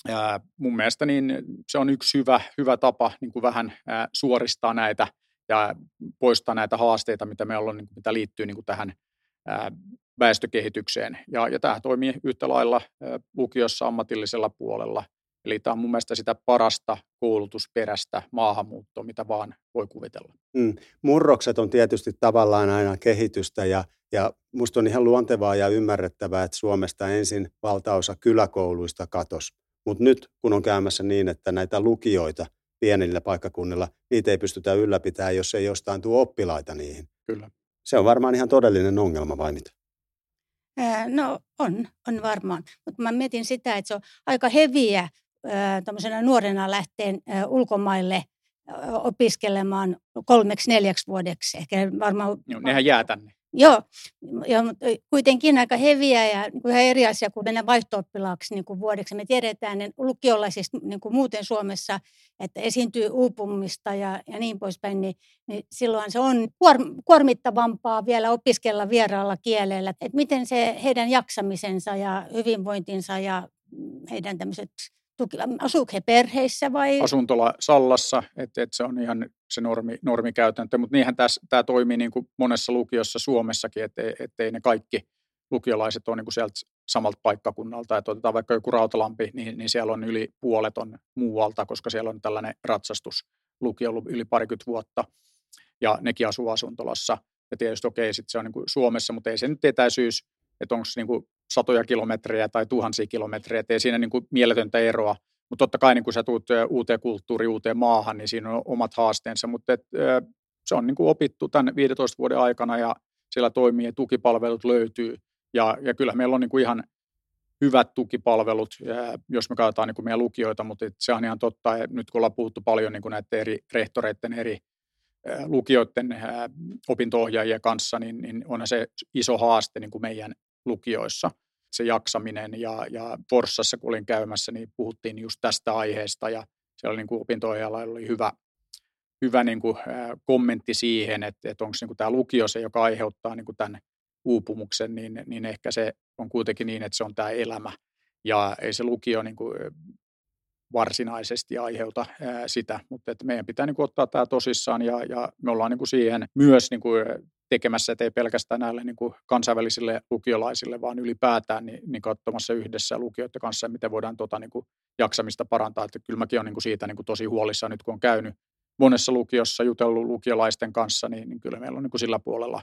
ää, mun mielestä niin se on yksi hyvä, hyvä tapa niin kuin vähän ää, suoristaa näitä ja poistaa näitä haasteita, mitä meillä on, niin kuin, mitä liittyy niin kuin tähän ää, väestökehitykseen. Ja, ja tämä toimii yhtä lailla ää, lukiossa ammatillisella puolella. Eli tämä on mun mielestä sitä parasta koulutusperäistä maahanmuuttoa, mitä vaan voi kuvitella. Mm. Murrokset on tietysti tavallaan aina kehitystä ja, ja musta on ihan luontevaa ja ymmärrettävää, että Suomesta ensin valtaosa kyläkouluista katosi. Mutta nyt kun on käymässä niin, että näitä lukioita pienillä paikkakunnilla, niitä ei pystytä ylläpitämään, jos ei jostain tule oppilaita niihin. Kyllä. Se on varmaan ihan todellinen ongelma, vai mitä? No on, on varmaan. Mutta mä mietin sitä, että se on aika heviä tämmöisenä nuorena lähteen ulkomaille opiskelemaan kolmeksi neljäksi vuodeksi. Ehkä varmaan... Joo, nehän jää tänne. Joo, ja, mutta kuitenkin aika heviä ja niin kuin ihan eri asia kuin mennä vaihto-oppilaaksi niin kuin vuodeksi. Me tiedetään niin lukiolaisista niin kuin muuten Suomessa, että esiintyy uupumista ja, ja niin poispäin, niin, niin silloin se on kuor, kuormittavampaa vielä opiskella vieraalla kielellä. Että miten se heidän jaksamisensa ja hyvinvointinsa ja heidän tämmöiset... Asuuko he perheissä vai? Asuntola Sallassa, että et se on ihan se normi, normikäytäntö, mutta niinhän tämä toimii niin kuin monessa lukiossa Suomessakin, ettei et ne kaikki lukiolaiset ole niin kuin sieltä samalta paikkakunnalta. Että otetaan vaikka joku Rautalampi, niin, niin siellä on yli puolet on muualta, koska siellä on tällainen ratsastuslukio ollut yli parikymmentä vuotta ja nekin asuu asuntolassa. Ja tietysti okei, sitten se on niin kuin Suomessa, mutta ei se nyt etäisyys, että onko se niin kuin satoja kilometrejä tai tuhansia kilometrejä, että ei siinä niin kuin mieletöntä eroa. Mutta totta kai niin kun sä tuut uuteen kulttuuriin, uuteen maahan, niin siinä on omat haasteensa, mutta et, se on niin kuin opittu tämän viidentoista vuoden aikana ja siellä toimii ja tukipalvelut löytyy. Ja, ja kyllä meillä on niin kuin ihan hyvät tukipalvelut, jos me katsotaan niin kuin meidän lukioita, mutta se on ihan totta, että nyt kun ollaan puhuttu paljon niin kuin näiden eri rehtoreiden, eri lukioiden opinto-ohjaajien kanssa, niin, niin onhan se iso haaste niin kuin meidän lukioissa. Se jaksaminen ja, ja Forssassa, kun olin käymässä, niin puhuttiin just tästä aiheesta ja siellä niin kuin opinto-ohjaajalla oli hyvä, hyvä niin kuin, ä, kommentti siihen, että, että onko niin kuin tämä lukio se, joka aiheuttaa niin kuin tämän uupumuksen, niin, niin ehkä se on kuitenkin niin, että se on tämä elämä ja ei se lukio niin kuin varsinaisesti aiheuta ää, sitä, mutta että meidän pitää niin kuin ottaa tämä tosissaan ja, ja me ollaan niin kuin siihen myös niin kuin tekemässä, että ei pelkästään näille niin kuin kansainvälisille lukiolaisille, vaan ylipäätään niin, niin katsomassa yhdessä lukioiden kanssa, miten voidaan tota, niin kuin jaksamista parantaa. Että kyllä mäkin olen niin kuin siitä niin kuin tosi huolissaan nyt, kun on käynyt monessa lukiossa, jutellut lukiolaisten kanssa, niin, niin kyllä meillä on niin kuin sillä puolella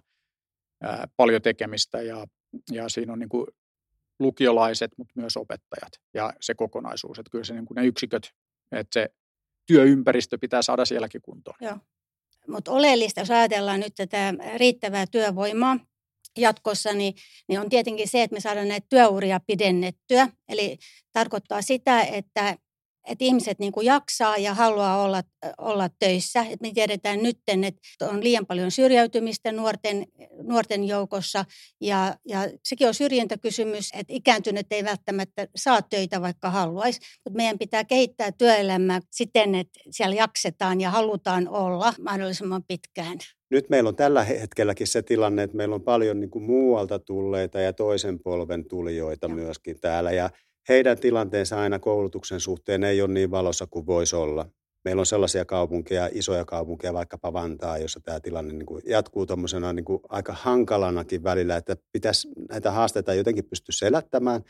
ää, paljon tekemistä ja, ja siinä on niin kuin lukiolaiset, mutta myös opettajat ja se kokonaisuus, että kyllä se niin kuin ne yksiköt, että se työympäristö pitää saada sielläkin kuntoon. Joo. Mutta oleellista, jos ajatellaan nyt tätä riittävää työvoimaa jatkossa, niin, niin on tietenkin se, että me saadaan näitä työuria pidennettyä. Eli tarkoittaa sitä, että, että ihmiset niin kuin jaksaa ja haluaa olla, olla töissä. Et me tiedetään nyt, että on liian paljon syrjäytymistä nuorten, nuorten joukossa ja, ja sekin on syrjintäkysymys, että ikääntyneet ei välttämättä saa töitä, vaikka haluaisi. Mutta meidän pitää kehittää työelämää siten, että siellä jaksetaan ja halutaan olla mahdollisimman pitkään. Nyt meillä on tällä hetkelläkin se tilanne, että meillä on paljon niin kuin muualta tulleita ja toisen polven tulijoita ja myöskin täällä ja heidän tilanteensa aina koulutuksen suhteen ei ole niin valossa kuin voisi olla. Meillä on sellaisia kaupunkeja, isoja kaupunkeja, vaikkapa Vantaa, jossa tämä tilanne niin kuin jatkuu tuommoisena niin kuin aika hankalanakin välillä, että pitäisi näitä haasteita jotenkin pystyä selättämään.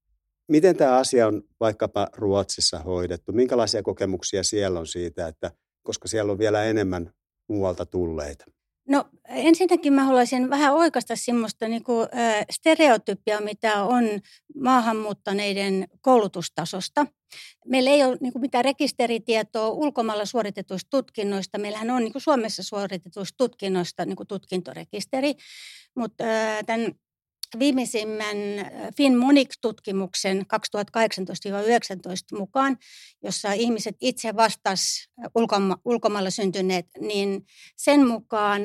Miten tämä asia on vaikkapa Ruotsissa hoidettu? Minkälaisia kokemuksia siellä on siitä, että koska siellä on vielä enemmän muualta tulleita? No ensinnäkin mä haluaisin vähän oikaista semmoista niin kuin, ä, stereotypia, mitä on maahanmuuttaneiden koulutustasosta. Meillä ei ole niin kuin, mitään rekisteritietoa ulkomailla suoritetuista tutkinnoista. Meillähän on niin kuin Suomessa suoritetuista tutkinnoista niin kuin tutkintorekisteri, mutta ä, tämän viimeisimmän FinMonic-tutkimuksen kaksituhattakahdeksantoista yhdeksäntoista mukaan, jossa ihmiset itse vastasivat ulkoma- ulkomailla syntyneet, niin sen mukaan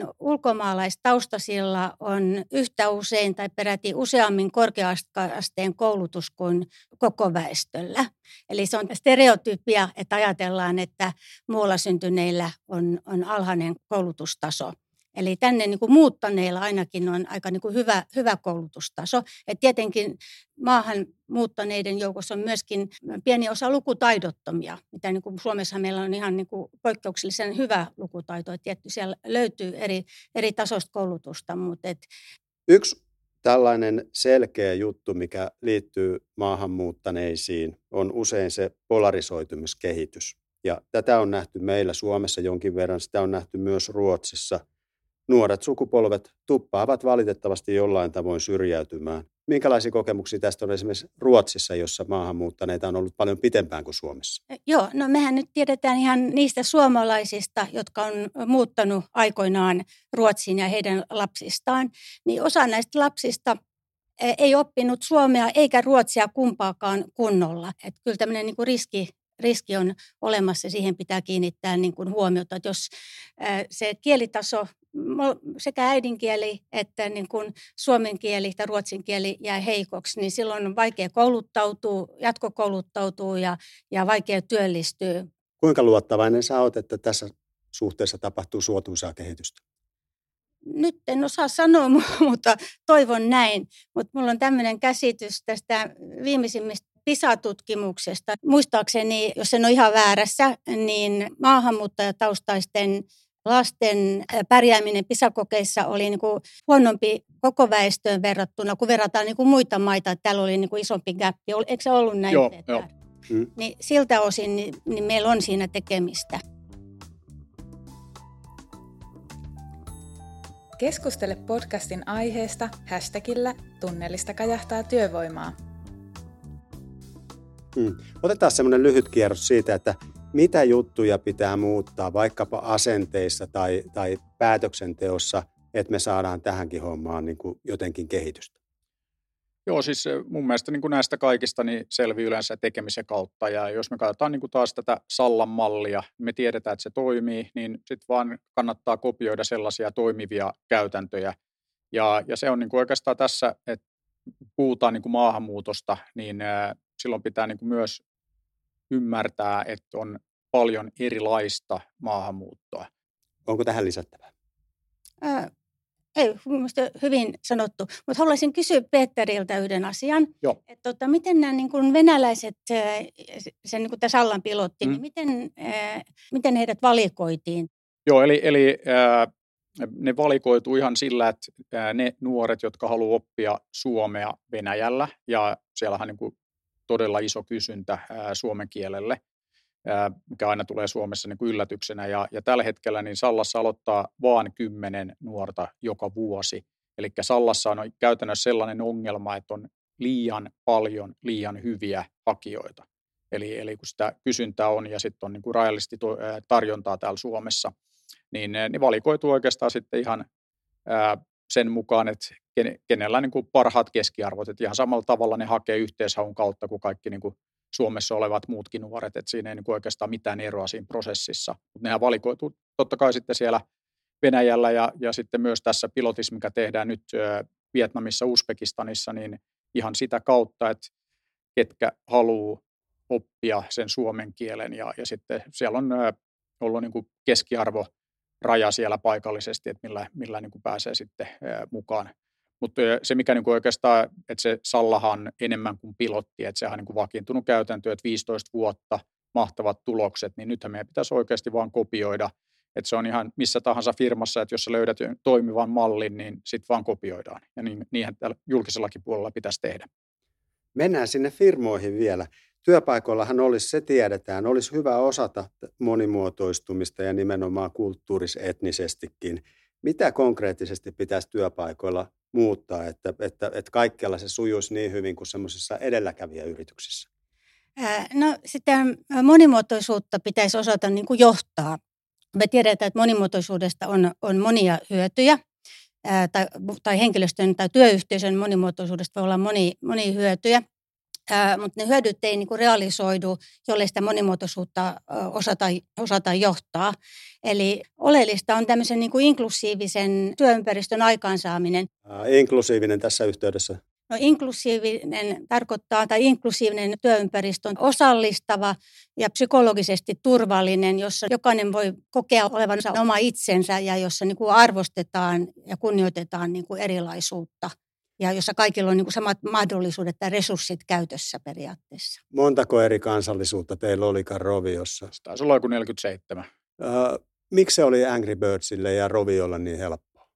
ulkomaalaistaustaisilla on yhtä usein tai peräti useammin korkea-asteen koulutus kuin koko väestöllä. Eli se on stereotypia, että ajatellaan, että muualla syntyneillä on, on alhainen koulutustaso. Eli tänne niin kuin muuttaneilla ainakin on aika niin kuin hyvä, hyvä koulutustaso. Et tietenkin maahan muuttaneiden joukossa on myöskin pieni osa lukutaidottomia, mitä niin kuin Suomessa meillä on ihan niin kuin poikkeuksellisen hyvä lukutaito. Et tietty siellä löytyy eri, eri tasoista koulutusta. Mutta et... Yksi tällainen selkeä juttu, mikä liittyy maahanmuuttaneisiin, on usein se polarisoitumiskehitys. Ja tätä on nähty meillä Suomessa jonkin verran, sitä on nähty myös Ruotsissa. Nuoret sukupolvet tuppaavat valitettavasti jollain tavoin syrjäytymään. Minkälaisia kokemuksia tästä on esimerkiksi Ruotsissa, jossa maahanmuuttaneita on ollut paljon pitempään kuin Suomessa? Joo, no mehän nyt tiedetään ihan niistä suomalaisista, jotka on muuttanut aikoinaan Ruotsiin ja heidän lapsistaan. Niin osa näistä lapsista ei oppinut suomea eikä ruotsia kumpaakaan kunnolla. Että kyllä tämmöinen niin kuin riski... riski on olemassa, siihen pitää kiinnittää niin kuin huomiota, että jos se kielitaso, sekä äidinkieli että niin kuin suomen kieli tai ruotsin kieli jää heikoksi, niin silloin on vaikea kouluttautua, jatkokouluttautua ja, ja vaikea työllistyä. Kuinka luottavainen sä oot, että tässä suhteessa tapahtuu suotuisaa kehitystä? Nyt en osaa sanoa, mutta toivon näin. Mutta minulla on tämmöinen käsitys tästä viimeisimmistä PISA-tutkimuksesta. Muistaakseni, jos en ole ihan väärässä, niin maahanmuuttajataustaisten lasten pärjääminen PISA-kokeissa oli niin kuin huonompi koko väestöön verrattuna, kun verrataan niin kuin muita maita. Täällä oli niin kuin isompi gappi. Eikö se ollut näin? Joo, joo. Mm. Niin siltä osin niin, niin meillä on siinä tekemistä. Keskustele podcastin aiheesta hashtagillä Tunnelista kajahtaa työvoimaa. Hmm. Otetaan semmoinen lyhyt kierros siitä, että mitä juttuja pitää muuttaa vaikkapa asenteissa tai, tai päätöksenteossa, että me saadaan tähänkin hommaan niin kuin jotenkin kehitystä. Joo, siis mun mielestä niin kuin näistä kaikista niin selvii yleensä tekemisen kautta. Ja jos me katsotaan niin kuin taas tätä Sallan mallia, me tiedetään, että se toimii, niin sitten vaan kannattaa kopioida sellaisia toimivia käytäntöjä. Ja, ja se on niin kuin oikeastaan tässä, että puhutaan niin kuin maahanmuutosta, niin silloin pitää niin kuin myös ymmärtää, että on paljon erilaista maahanmuuttoa. Onko tähän lisättävää? Ää, ei, mielestäni hyvin sanottu. Mutta haluaisin kysyä Peteriltä yhden asian. Joo. Et, tota, miten nämä niin kuin venäläiset, sen niin kuin tämä Sallan pilotti, mm. niin miten, ää, miten heidät valikoitiin? Joo, eli, eli ää, ne valikoituu ihan sillä, että ää, ne nuoret, jotka haluaa oppia suomea Venäjällä, ja siellähän on niin kuin todella iso kysyntä ää, suomen kielelle, ää, mikä aina tulee Suomessa niin kuin yllätyksenä. Ja, ja tällä hetkellä niin Sallassa aloittaa vain kymmenen nuorta joka vuosi. Eli Sallassa on käytännössä sellainen ongelma, että on liian paljon liian hyviä hakijoita. Eli, eli kun sitä kysyntää on ja sitten on niin kuin rajallisesti to, ää, tarjontaa täällä Suomessa, niin ne, ne valikoituu oikeastaan sitten ihan ää, sen mukaan, että kenellä on niin kuin parhaat keskiarvot. Että ihan samalla tavalla ne hakee yhteishaun kautta kuin kaikki niin kuin Suomessa olevat muutkin nuoret. Että siinä ei niin kuin oikeastaan mitään eroa siinä prosessissa. Mutta nehän valikoituu totta kai sitten siellä Venäjällä ja, ja sitten myös tässä pilotissa, mikä tehdään nyt Vietnamissa, Uzbekistanissa, niin ihan sitä kautta, että ketkä haluaa oppia sen suomen kielen. Ja, ja sitten siellä on ollut niin kuin keskiarvo raja siellä paikallisesti, että millä, millä niin kuin pääsee sitten mukaan. Mutta se, mikä niin kuin oikeastaan, että se Sallahan enemmän kuin pilotti, että sehän on niin kuin vakiintunut käytäntö, että viisitoista vuotta, mahtavat tulokset, niin nythän meidän pitäisi oikeasti vaan kopioida, että se on ihan missä tahansa firmassa, että jos sä löydät toimivan mallin, niin sitten vaan kopioidaan. Ja niin, niinhän täällä julkisellakin puolella pitäisi tehdä. Mennään sinne firmoihin vielä. Työpaikoillahan olisi, se tiedetään, olisi hyvä osata monimuotoistumista ja nimenomaan kulttuuris-etnisestikin. Mitä konkreettisesti pitäisi työpaikoilla muuttaa, että, että, että kaikkialla se sujuisi niin hyvin kuin semmoisissa edelläkävijäyrityksissä? No sitä monimuotoisuutta pitäisi osata niin kuin johtaa. Me tiedetään, että monimuotoisuudesta on, on monia hyötyjä. Tai, tai henkilöstön tai työyhteisön monimuotoisuudesta voi olla moni, moni hyötyjä. Ää, mutta ne hyödyt ei niinku realisoidu, jollei sitä monimuotoisuutta osata, osata johtaa. Eli oleellista on tämmöisen niinku inklusiivisen työympäristön aikaansaaminen. Ää, inklusiivinen tässä yhteydessä? No inklusiivinen tarkoittaa, tai inklusiivinen työympäristö on osallistava ja psykologisesti turvallinen, jossa jokainen voi kokea olevansa oma itsensä ja jossa niin kuin arvostetaan ja kunnioitetaan niin kuin erilaisuutta. Ja jossa kaikilla on niin kuin samat mahdollisuudet ja resurssit käytössä periaatteessa. Montako eri kansallisuutta teillä olikaan Roviossa? Taisi olla joku neljäkymmentäseitsemän. Uh, miksi se oli Angry Birdsille ja Roviolla niin helppoa?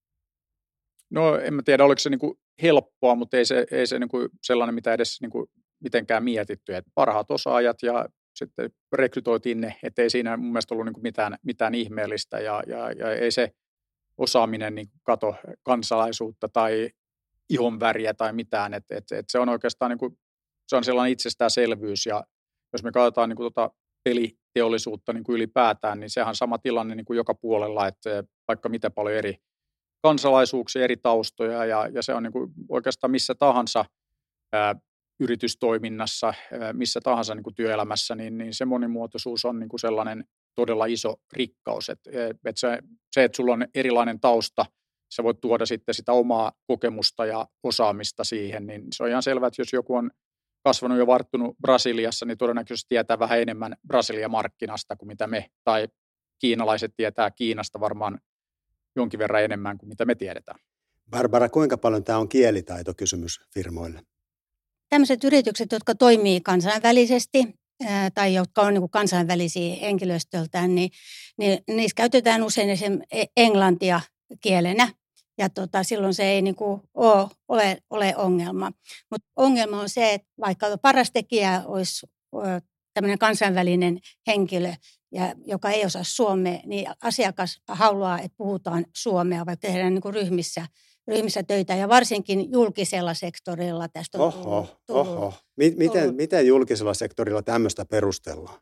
No en mä tiedä, oliko se niinku helppoa, mutta ei se, ei se niinku sellainen, mitä edes niinku mitenkään mietitty. Et parhaat osaajat ja sitten rekrytoitiin ne, ettei siinä mun mielestä ollut niinku mitään, mitään ihmeellistä. Ja, ja, ja ei se osaaminen niinku kato kansalaisuutta tai ihonväriä tai mitään. Et, et, et se on oikeastaan niinku, se on sellainen itsestäänselvyys. Ja jos me katsotaan niinku tota peliteollisuutta niinku ylipäätään, niin sehän on sama tilanne niinku joka puolella, että vaikka miten paljon eri kansalaisuuksia, eri taustoja ja, ja se on niin kuin oikeastaan missä tahansa ää, yritystoiminnassa, ää, missä tahansa niin kuin työelämässä, niin, niin se monimuotoisuus on niin kuin sellainen todella iso rikkaus. Et, et se, se, että sulla on erilainen tausta, sä voit tuoda sitten sitä omaa kokemusta ja osaamista siihen, niin se on ihan selvää, että jos joku on kasvanut ja varttunut Brasiliassa, niin todennäköisesti tietää vähän enemmän Brasilian markkinasta kuin mitä me, tai kiinalaiset tietää Kiinasta varmaan jonkin verran enemmän kuin mitä me tiedetään. Barbara, kuinka paljon tämä on kielitaitokysymys firmoille? Tämmöiset yritykset, jotka toimii kansainvälisesti ää, tai jotka on niin kuin kansainvälisiä henkilöstöltään, niin, niin niissä käytetään usein esimerkiksi englantia kielenä. Ja tota, silloin se ei niin kuin ole, ole, ole ongelma. Mutta ongelma on se, että vaikka paras tekijä olisi tämmöinen kansainvälinen henkilö, ja, joka ei osaa suomea, niin asiakas haluaa, että puhutaan suomea, vaikka tehdään niin kuin ryhmissä, ryhmissä töitä. Ja varsinkin julkisella sektorilla tästä on oho, tullut. tullut, oho. Miten, tullut. miten julkisella sektorilla tämmöistä perustellaan?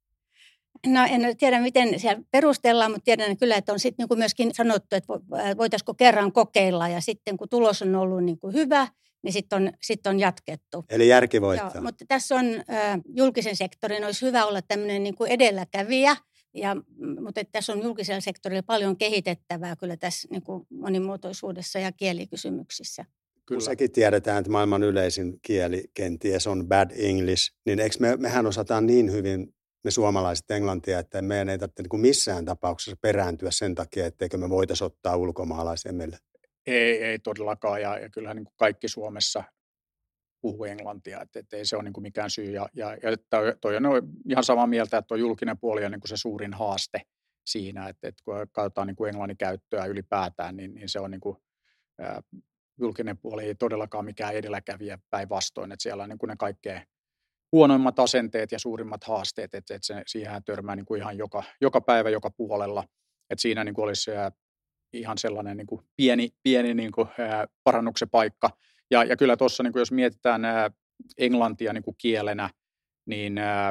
No en tiedä, miten siellä perustellaan, mutta tiedän kyllä, että on sitten niin kuin myöskin sanottu, että voitaisiinko kerran kokeilla. Ja sitten kun tulos on ollut niin kuin hyvä, niin sitten on, sit on jatkettu. Eli järki voittaa. Joo, mutta tässä on äh, julkisen sektorin, olisi hyvä olla tämmöinen niin kuin edelläkävijä, ja, mutta tässä on julkisella sektorilla paljon kehitettävää kyllä tässä niin kuin monimuotoisuudessa ja kielikysymyksissä. Kyllä. Kun sekin tiedetään, että maailman yleisin kieli kenties on bad English, niin eikö me, mehän osataan niin hyvin me suomalaiset englantia, että meidän ei tarvitse niin kuin missään tapauksessa perääntyä sen takia, etteikö me voitaisiin ottaa ulkomaalaisia meille. Ei, ei todellakaan, ja, ja kyllähän niin kuin kaikki Suomessa puhuu englantia, että, että ei se ole niin kuin mikään syy. Ja, ja, ja toi on ihan samaa mieltä, että tuo julkinen puoli on niin kuin se suurin haaste siinä, että, että kun katsotaan niin kuin englannin käyttöä ylipäätään, niin, niin se on niin kuin, ää, julkinen puoli ei todellakaan mikään edelläkävijä päinvastoin, että siellä on niin kuin ne kaikkein huonoimmat asenteet ja suurimmat haasteet, että, että se, siihen törmää niin kuin ihan joka, joka päivä, joka puolella, että siinä niin kuin olisi ihan sellainen niin kuin pieni, pieni niin kuin, ää, parannuksen paikka. Ja, ja kyllä tuossa, niin kuin jos mietitään ää, englantia niin kuin kielenä, niin ää,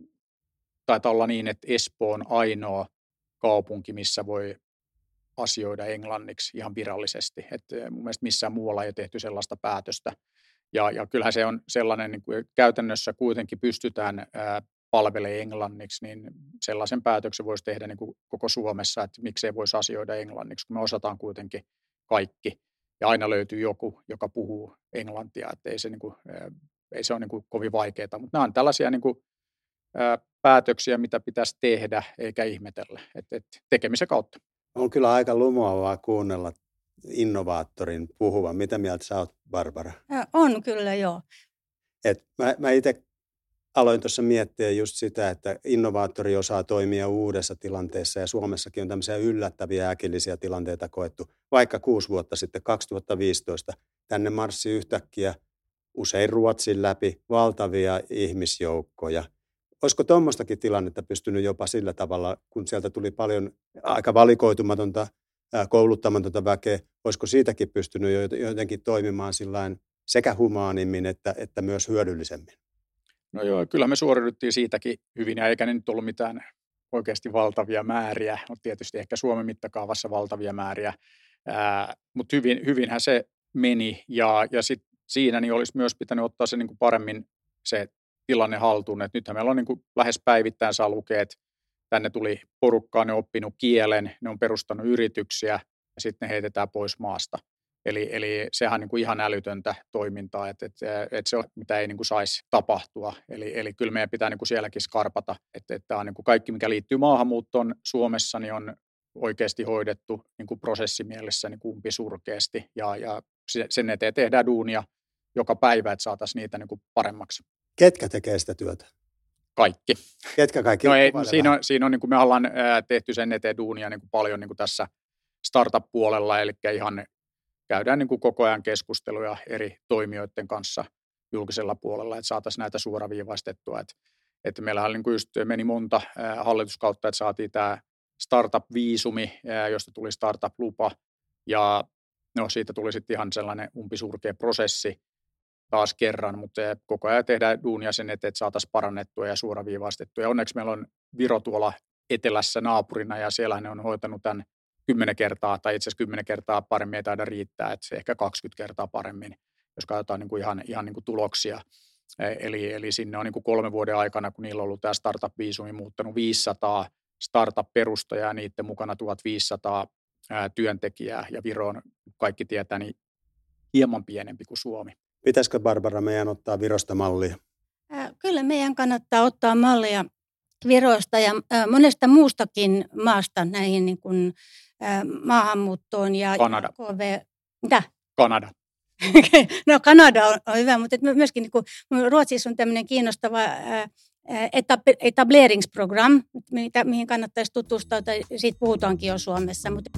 taitaa olla niin, että Espoo on ainoa kaupunki, missä voi asioida englanniksi ihan virallisesti. Että mun mielestä missään muualla ei tehty sellaista päätöstä. Ja, ja kyllähän se on sellainen, niin kuin käytännössä kuitenkin pystytään ää, palvelee englanniksi, niin sellaisen päätöksen voisi tehdä niin kuin koko Suomessa, että miksei voisi asioida englanniksi, kun me osataan kuitenkin kaikki. Ja aina löytyy joku, joka puhuu englantia, että ei se, niin kuin, ei se ole niin kuin kovin vaikeaa. Mutta nämä on tällaisia niin kuin, ää, päätöksiä, mitä pitäisi tehdä, eikä ihmetellä, että et, tekemisen kautta. On kyllä aika lumoavaa kuunnella innovaattorin puhuvan. Mitä mieltä sä oot, Barbara? On kyllä, joo. Et mä, mä itse aloin tuossa miettiä just sitä, että innovaattori osaa toimia uudessa tilanteessa ja Suomessakin on tämmöisiä yllättäviä äkillisiä tilanteita koettu. Vaikka kuusi vuotta sitten, kaksituhattaviisitoista, tänne marssi yhtäkkiä usein Ruotsin läpi valtavia ihmisjoukkoja. Olisiko tuommoistakin tilannetta pystynyt jopa sillä tavalla, kun sieltä tuli paljon aika valikoitumatonta, kouluttamatonta väkeä, olisiko siitäkin pystynyt jotenkin toimimaan sillain sekä humaanimmin että, että myös hyödyllisemmin? No joo, kyllä me suoriuduttiin siitäkin hyvin, ja eikä ne nyt ollut mitään oikeasti valtavia määriä, mutta tietysti ehkä Suomen mittakaavassa valtavia määriä, Ää, mutta hyvin, hyvinhän se meni, ja, ja sit siinä niin olisi myös pitänyt ottaa se niin kuin paremmin se tilanne haltuun, että nythän meillä on niin kuin lähes päivittäin saa lukea, että tänne tuli porukkaa, ne on oppinut kielen, ne on perustanut yrityksiä, ja sitten ne heitetään pois maasta. Eli, eli sehän on niin kuin ihan älytöntä toimintaa, että, että, että se on, mitä ei niin kuin saisi tapahtua. Eli, eli kyllä meidän pitää niin kuin sielläkin skarpata, että, että on niin kuin kaikki, mikä liittyy maahanmuuttoon Suomessa, niin on oikeasti hoidettu niin kuin prosessimielessä niin kuin umpisurkeasti. Ja, ja sen eteen tehdään duunia joka päivä, että saataisiin niitä niin kuin paremmaksi. Ketkä tekee sitä työtä? Kaikki. Ketkä kaikki? No ei, siinä on, siinä on niin kuin me ollaan ää, tehty sen eteen duunia niin kuin paljon niin kuin tässä startup-puolella, eli ihan käydään niin kuin koko ajan keskusteluja eri toimijoiden kanssa julkisella puolella, että saataisiin näitä suoraviivaistettua. Että, että meillähän niin kuin just meni monta ää, hallituskautta, että saatiin tämä startup-viisumi, ää, josta tuli startup-lupa, ja no, siitä tuli sitten ihan sellainen umpisurkea prosessi taas kerran, mutta koko ajan tehdään duunia sen eteen, että saataisiin parannettua ja suoraviivaistettua. Ja onneksi meillä on Viro tuolla etelässä naapurina, ja siellä ne on hoitanut tämän kymmenen kertaa, tai itse asiassa kymmenen kertaa paremmin ei taida riittää, että se ehkä kaksikymmentä kertaa paremmin, jos katsotaan niin kuin ihan, ihan niin kuin tuloksia. Eli, eli sinne on niin kuin kolmen vuoden aikana, kun niillä on ollut tämä startup-viisumi, muuttanut viisisataa startup-perustajaa ja niiden mukana tuhatviisisataa ää, työntekijää, ja Viro on, kaikki tietää, niin hieman pienempi kuin Suomi. Pitäisikö, Barbara, meidän ottaa Virosta mallia? Ää, kyllä meidän kannattaa ottaa mallia Virosta ja ää, monesta muustakin maasta näihin niin kuin, ää, maahanmuuttoon. Ja, Kanada. Ja K V, mitä? Kanada. No Kanada on, on hyvä, mutta myöskin niin kuin, Ruotsissa on tämmöinen kiinnostava ää, etableringsprogram, mihin kannattaisi tutustua, tai siitä puhutaankin jo Suomessa. Mutta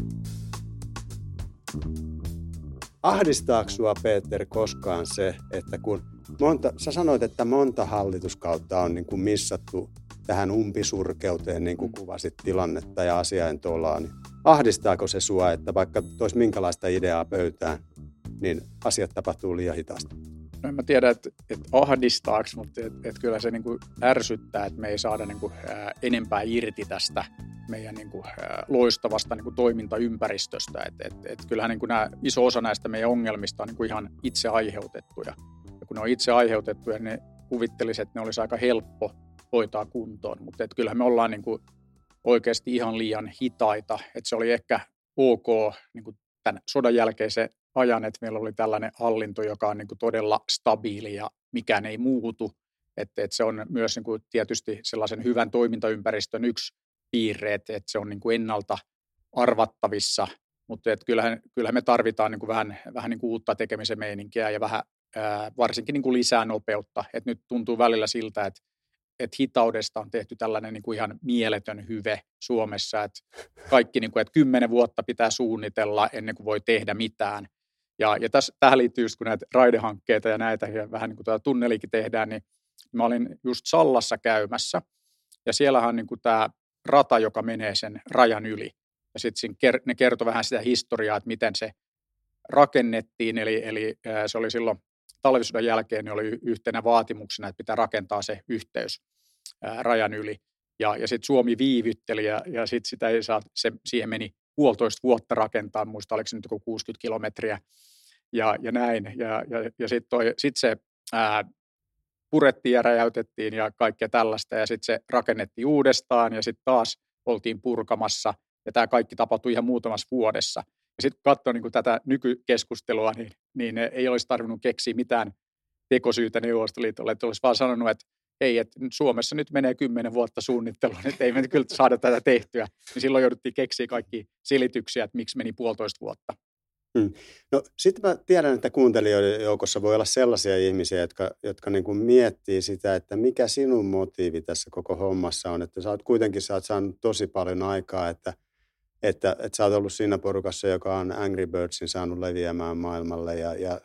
Ahdistaako sinua, Peter, koskaan se, että kun monta, sä sanoit, että monta hallituskautta on niin kuin missattu tähän umpisurkeuteen, niin kuin kuvasit tilannetta ja asiaintolaa, niin ahdistaako se sua, että vaikka toisi minkälaista ideaa pöytään, niin asiat tapahtuu liian hitaasti? No en mä tiedä, että, että ahdistaako, mutta että, että kyllä se niin kuin ärsyttää, että me ei saada niin kuin, ää, enempää irti tästä meidän niin kuin, ää, loistavasta niin kuin toimintaympäristöstä. Että, että, että kyllähän niin kuin nämä, iso osa näistä meidän ongelmista on niin kuin ihan itse aiheutettuja. Ja kun ne on itse aiheutettuja, niin ne kuvittelisi, että ne olisi aika helppo hoitaa kuntoon. Mutta että kyllähän me ollaan niin kuin oikeasti ihan liian hitaita. Että se oli ehkä ok niin kuin tämän sodan jälkeisen ajan, että meillä oli tällainen hallinto, joka on niin kuin todella stabiili ja mikään ei muutu. Että, että se on myös niin kuin tietysti sellaisen hyvän toimintaympäristön yksi piirre, että, että se on niin kuin ennalta arvattavissa, mutta että kyllähän, kyllähän me tarvitaan niin kuin vähän, vähän niin kuin uutta tekemisen meininkiä ja vähän ää, varsinkin niin kuin lisää nopeutta. Että nyt tuntuu välillä siltä, että, että hitaudesta on tehty tällainen niin kuin ihan mieletön hyve Suomessa, että kaikki niin kuin, että kymmenen vuotta pitää suunnitella ennen kuin voi tehdä mitään. Ja, ja tässä, tähän liittyy just kun näitä raidehankkeita ja näitä, ja vähän niin kuin tuota tunnelikin tehdään, niin mä olin just Sallassa käymässä, ja siellähän on niin kuin tämä rata, joka menee sen rajan yli. Ja sitten ne kertoi vähän sitä historiaa, että miten se rakennettiin, eli, eli se oli silloin talvisodan jälkeen, niin oli yhtenä vaatimuksena, että pitää rakentaa se yhteys ää, rajan yli. Ja, ja sitten Suomi viivytteli, ja, ja sitten sitä ei saa, se, siihen meni puolitoista vuotta rakentaa, muista oliko se nyt joku kuusikymmentä kilometriä, ja, ja näin. Ja, ja, ja sitten sit se ää, purettiin ja räjäytettiin ja kaikkea tällaista, ja sitten se rakennettiin uudestaan, ja sitten taas oltiin purkamassa, ja tämä kaikki tapahtui ihan muutamassa vuodessa. Ja sitten kun katsoo niin tätä nykykeskustelua, niin, niin ei olisi tarvinnut keksiä mitään tekosyytä Neuvostoliitolle, että olisi vaan sanonut, että ei, että Suomessa nyt menee kymmenen vuotta suunnitteluun, että ei me kyllä saada tätä tehtyä. Niin silloin jouduttiin keksiä kaikki selityksiä, että miksi meni puolitoista vuotta. Hmm. No sitten mä tiedän, että kuuntelijoiden joukossa voi olla sellaisia ihmisiä, jotka, jotka niin kuin miettii sitä, että mikä sinun motiivi tässä koko hommassa on. Että sä oot kuitenkin sä oot saanut tosi paljon aikaa, että, että, että sä oot ollut siinä porukassa, joka on Angry Birdsin saanut leviämään maailmalle ja, ja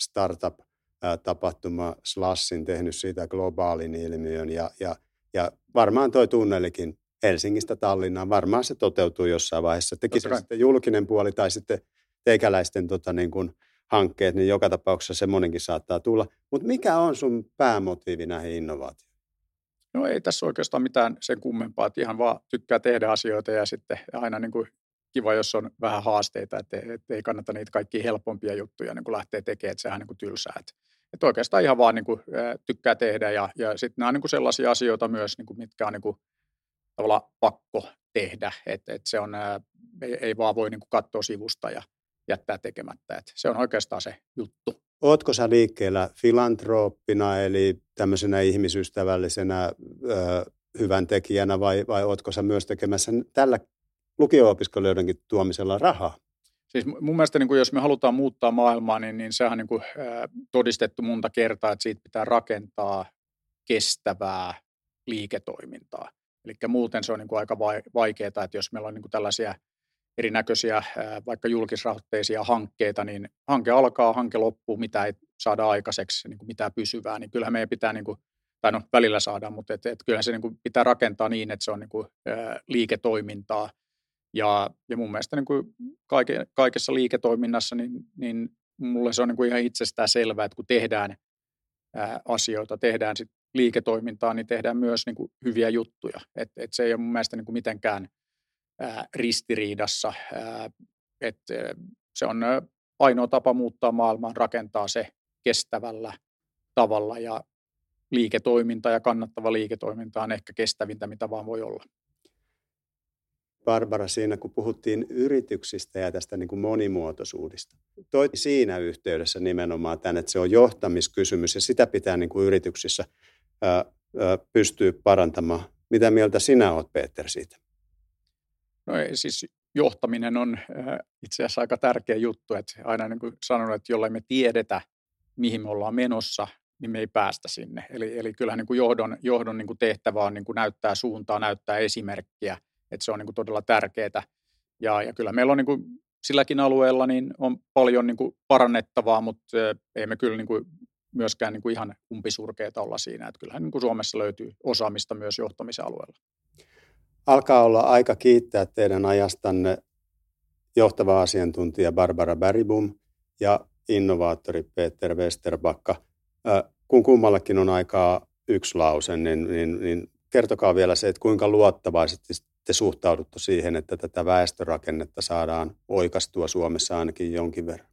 startup-tapahtuma Slashin tehnyt siitä globaalin ilmiön. Ja, ja, ja varmaan toi tunnelikin Helsingistä Tallinnaan, varmaan se toteutuu jossain vaiheessa. Tekisi sitten julkinen puoli tai sitten teikäläisten tota, niin kuin, hankkeet, niin joka tapauksessa semmoinenkin saattaa tulla. Mutta mikä on sun päämotiivi näihin innovaatioihin? No ei tässä oikeastaan mitään sen kummempaa, että ihan vaan tykkää tehdä asioita ja sitten aina niin kuin kiva, jos on vähän haasteita, että, että ei kannata niitä kaikkia helpompia juttuja niin kuin lähteä tekemään, että sehän niin kuin tylsää. Että, että oikeastaan ihan vaan niin kuin, tykkää tehdä ja, ja sitten nämä on niin kuin sellaisia asioita myös, niin kuin, mitkä on niin kuin, tavallaan pakko tehdä, että, että se on, ei, ei vaan voi niin kuin katsoa sivusta ja jättää tekemättä. Et se on oikeastaan se juttu. Ootko sä liikkeellä filantrooppina, eli tämmöisenä ihmisystävällisenä ö, hyvän tekijänä, vai, vai ootko sä myös tekemässä tällä lukio-opiskelijoidenkin tuomisella rahaa? Siis mun mielestä niin kuin jos me halutaan muuttaa maailmaa, niin, niin sehän on niin kuin, ää, todistettu monta kertaa, että siitä pitää rakentaa kestävää liiketoimintaa. Eli muuten se on niin kuin aika vaikeaa, että jos meillä on niin kuin tällaisia erinäköisiä ää, vaikka julkisrahoitteisia hankkeita, niin hanke alkaa, hanke loppuu, mitä ei saada aikaiseksi, niin kuin mitään pysyvää, niin kyllähän meidän pitää, niin kuin, tai no välillä saadaan, mutta et, et kyllähän se niin kuin pitää rakentaa niin, että se on niin kuin, ää, liiketoimintaa. Ja, ja mun mielestä niin kuin kaike, kaikessa liiketoiminnassa, niin, niin mulle se on niin kuin ihan itsestään selvää, että kun tehdään ää, asioita, tehdään sit liiketoimintaa, niin tehdään myös niin kuin hyviä juttuja. Et, et se ei ole mun mielestä niin kuin mitenkään ää, ristiriidassa. Ää, et, ää, se on ää, ainoa tapa muuttaa maailmaa, rakentaa se kestävällä tavalla, ja liiketoiminta ja kannattava liiketoiminta on ehkä kestävintä, mitä vaan voi olla. Barbara, siinä kun puhuttiin yrityksistä ja tästä niin kuin monimuotoisuudesta, toi siinä yhteydessä nimenomaan tämän, että se on johtamiskysymys ja sitä pitää niin kuin yrityksissä ää, ää, pystyä parantamaan. Mitä mieltä sinä olet, Peter, siitä? No ei, siis johtaminen on ää, itse asiassa aika tärkeä juttu, että aina niin kuin sanon, että jollei me tiedetä, mihin me ollaan menossa, niin me ei päästä sinne. Eli, eli kyllähän niin kuin johdon, johdon niin kuin tehtävä on niin kuin näyttää suuntaa, näyttää esimerkkiä. Että se on niin kuin todella tärkeää. Ja, ja kyllä meillä on niin kuin silläkin alueella niin on paljon niin kuin parannettavaa, mutta ei me kyllä niin kuin myöskään niin kuin ihan umpisurkeita olla siinä. Että kyllähän niin kuin Suomessa löytyy osaamista myös johtamisen alueella. Alkaa olla aika kiittää teidän ajastanne johtava asiantuntija Barbara Bergbom ja innovaattori Peter Westerbacka. Kun kummallakin on aikaa yksi lause, niin, niin, niin kertokaa vielä se, että kuinka luottavaisesti te suhtaudutte siihen, että tätä väestörakennetta saadaan oikaistua Suomessa ainakin jonkin verran?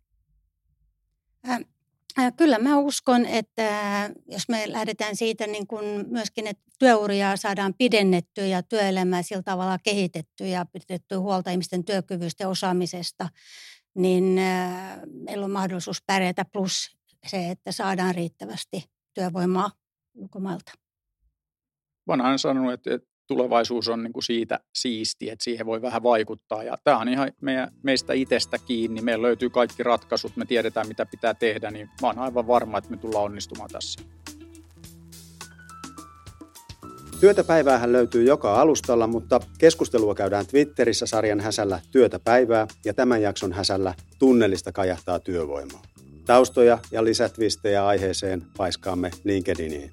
Äh, äh, kyllä mä uskon, että jos me lähdetään siitä niin kun myöskin, että työuria saadaan pidennettyä ja työelämää sillä tavalla kehitettyä ja pidettyä huolta ihmisten työkyvystä ja osaamisesta, niin äh, meillä on mahdollisuus pärjätä, plus se, että saadaan riittävästi työvoimaa ulkomailta. Vanhaan sanonut, että tulevaisuus on niin kuin siitä siisti, että siihen voi vähän vaikuttaa. Ja tämä on ihan meidän, meistä itsestä kiinni. Meillä löytyy kaikki ratkaisut, me tiedetään mitä pitää tehdä, niin mä oon aivan varma, että me tullaan onnistumaan tässä. Työtä päiväähän löytyy joka alustalla, mutta keskustelua käydään Twitterissä sarjan häsällä Työtä päivää ja tämän jakson häsällä Tunnelista kajahtaa työvoimaa. Taustoja ja lisätvistejä aiheeseen paiskaamme LinkedIniin.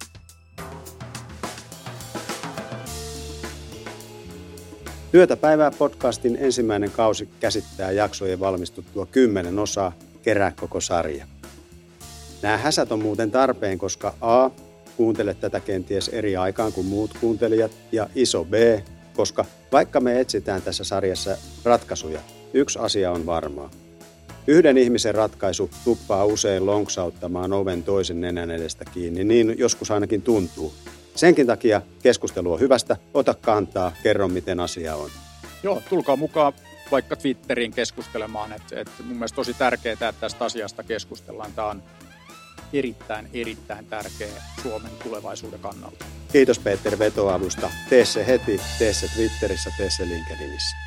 Työtä päivää podcastin ensimmäinen kausi käsittää jaksojen valmistuttua kymmenen osaa, kerää koko sarja. Nämä häsät on muuten tarpeen, koska A, kuuntelet tätä kenties eri aikaan kuin muut kuuntelijat, ja iso B, koska vaikka me etsitään tässä sarjassa ratkaisuja, yksi asia on varmaa. Yhden ihmisen ratkaisu tuppaa usein lonksauttamaan oven toisen nenän edestä kiinni, niin joskus ainakin tuntuu. Senkin takia keskustelu on hyvästä, ota kantaa, kerro miten asia on. Joo, tulkaa mukaan vaikka Twitteriin keskustelemaan, että et mun mielestä tosi tärkeää, että tästä asiasta keskustellaan. Tämä on erittäin, erittäin tärkeä Suomen tulevaisuuden kannalta. Kiitos Peter vetoavusta. Tee se heti, tee se Twitterissä, tee se LinkedInissä.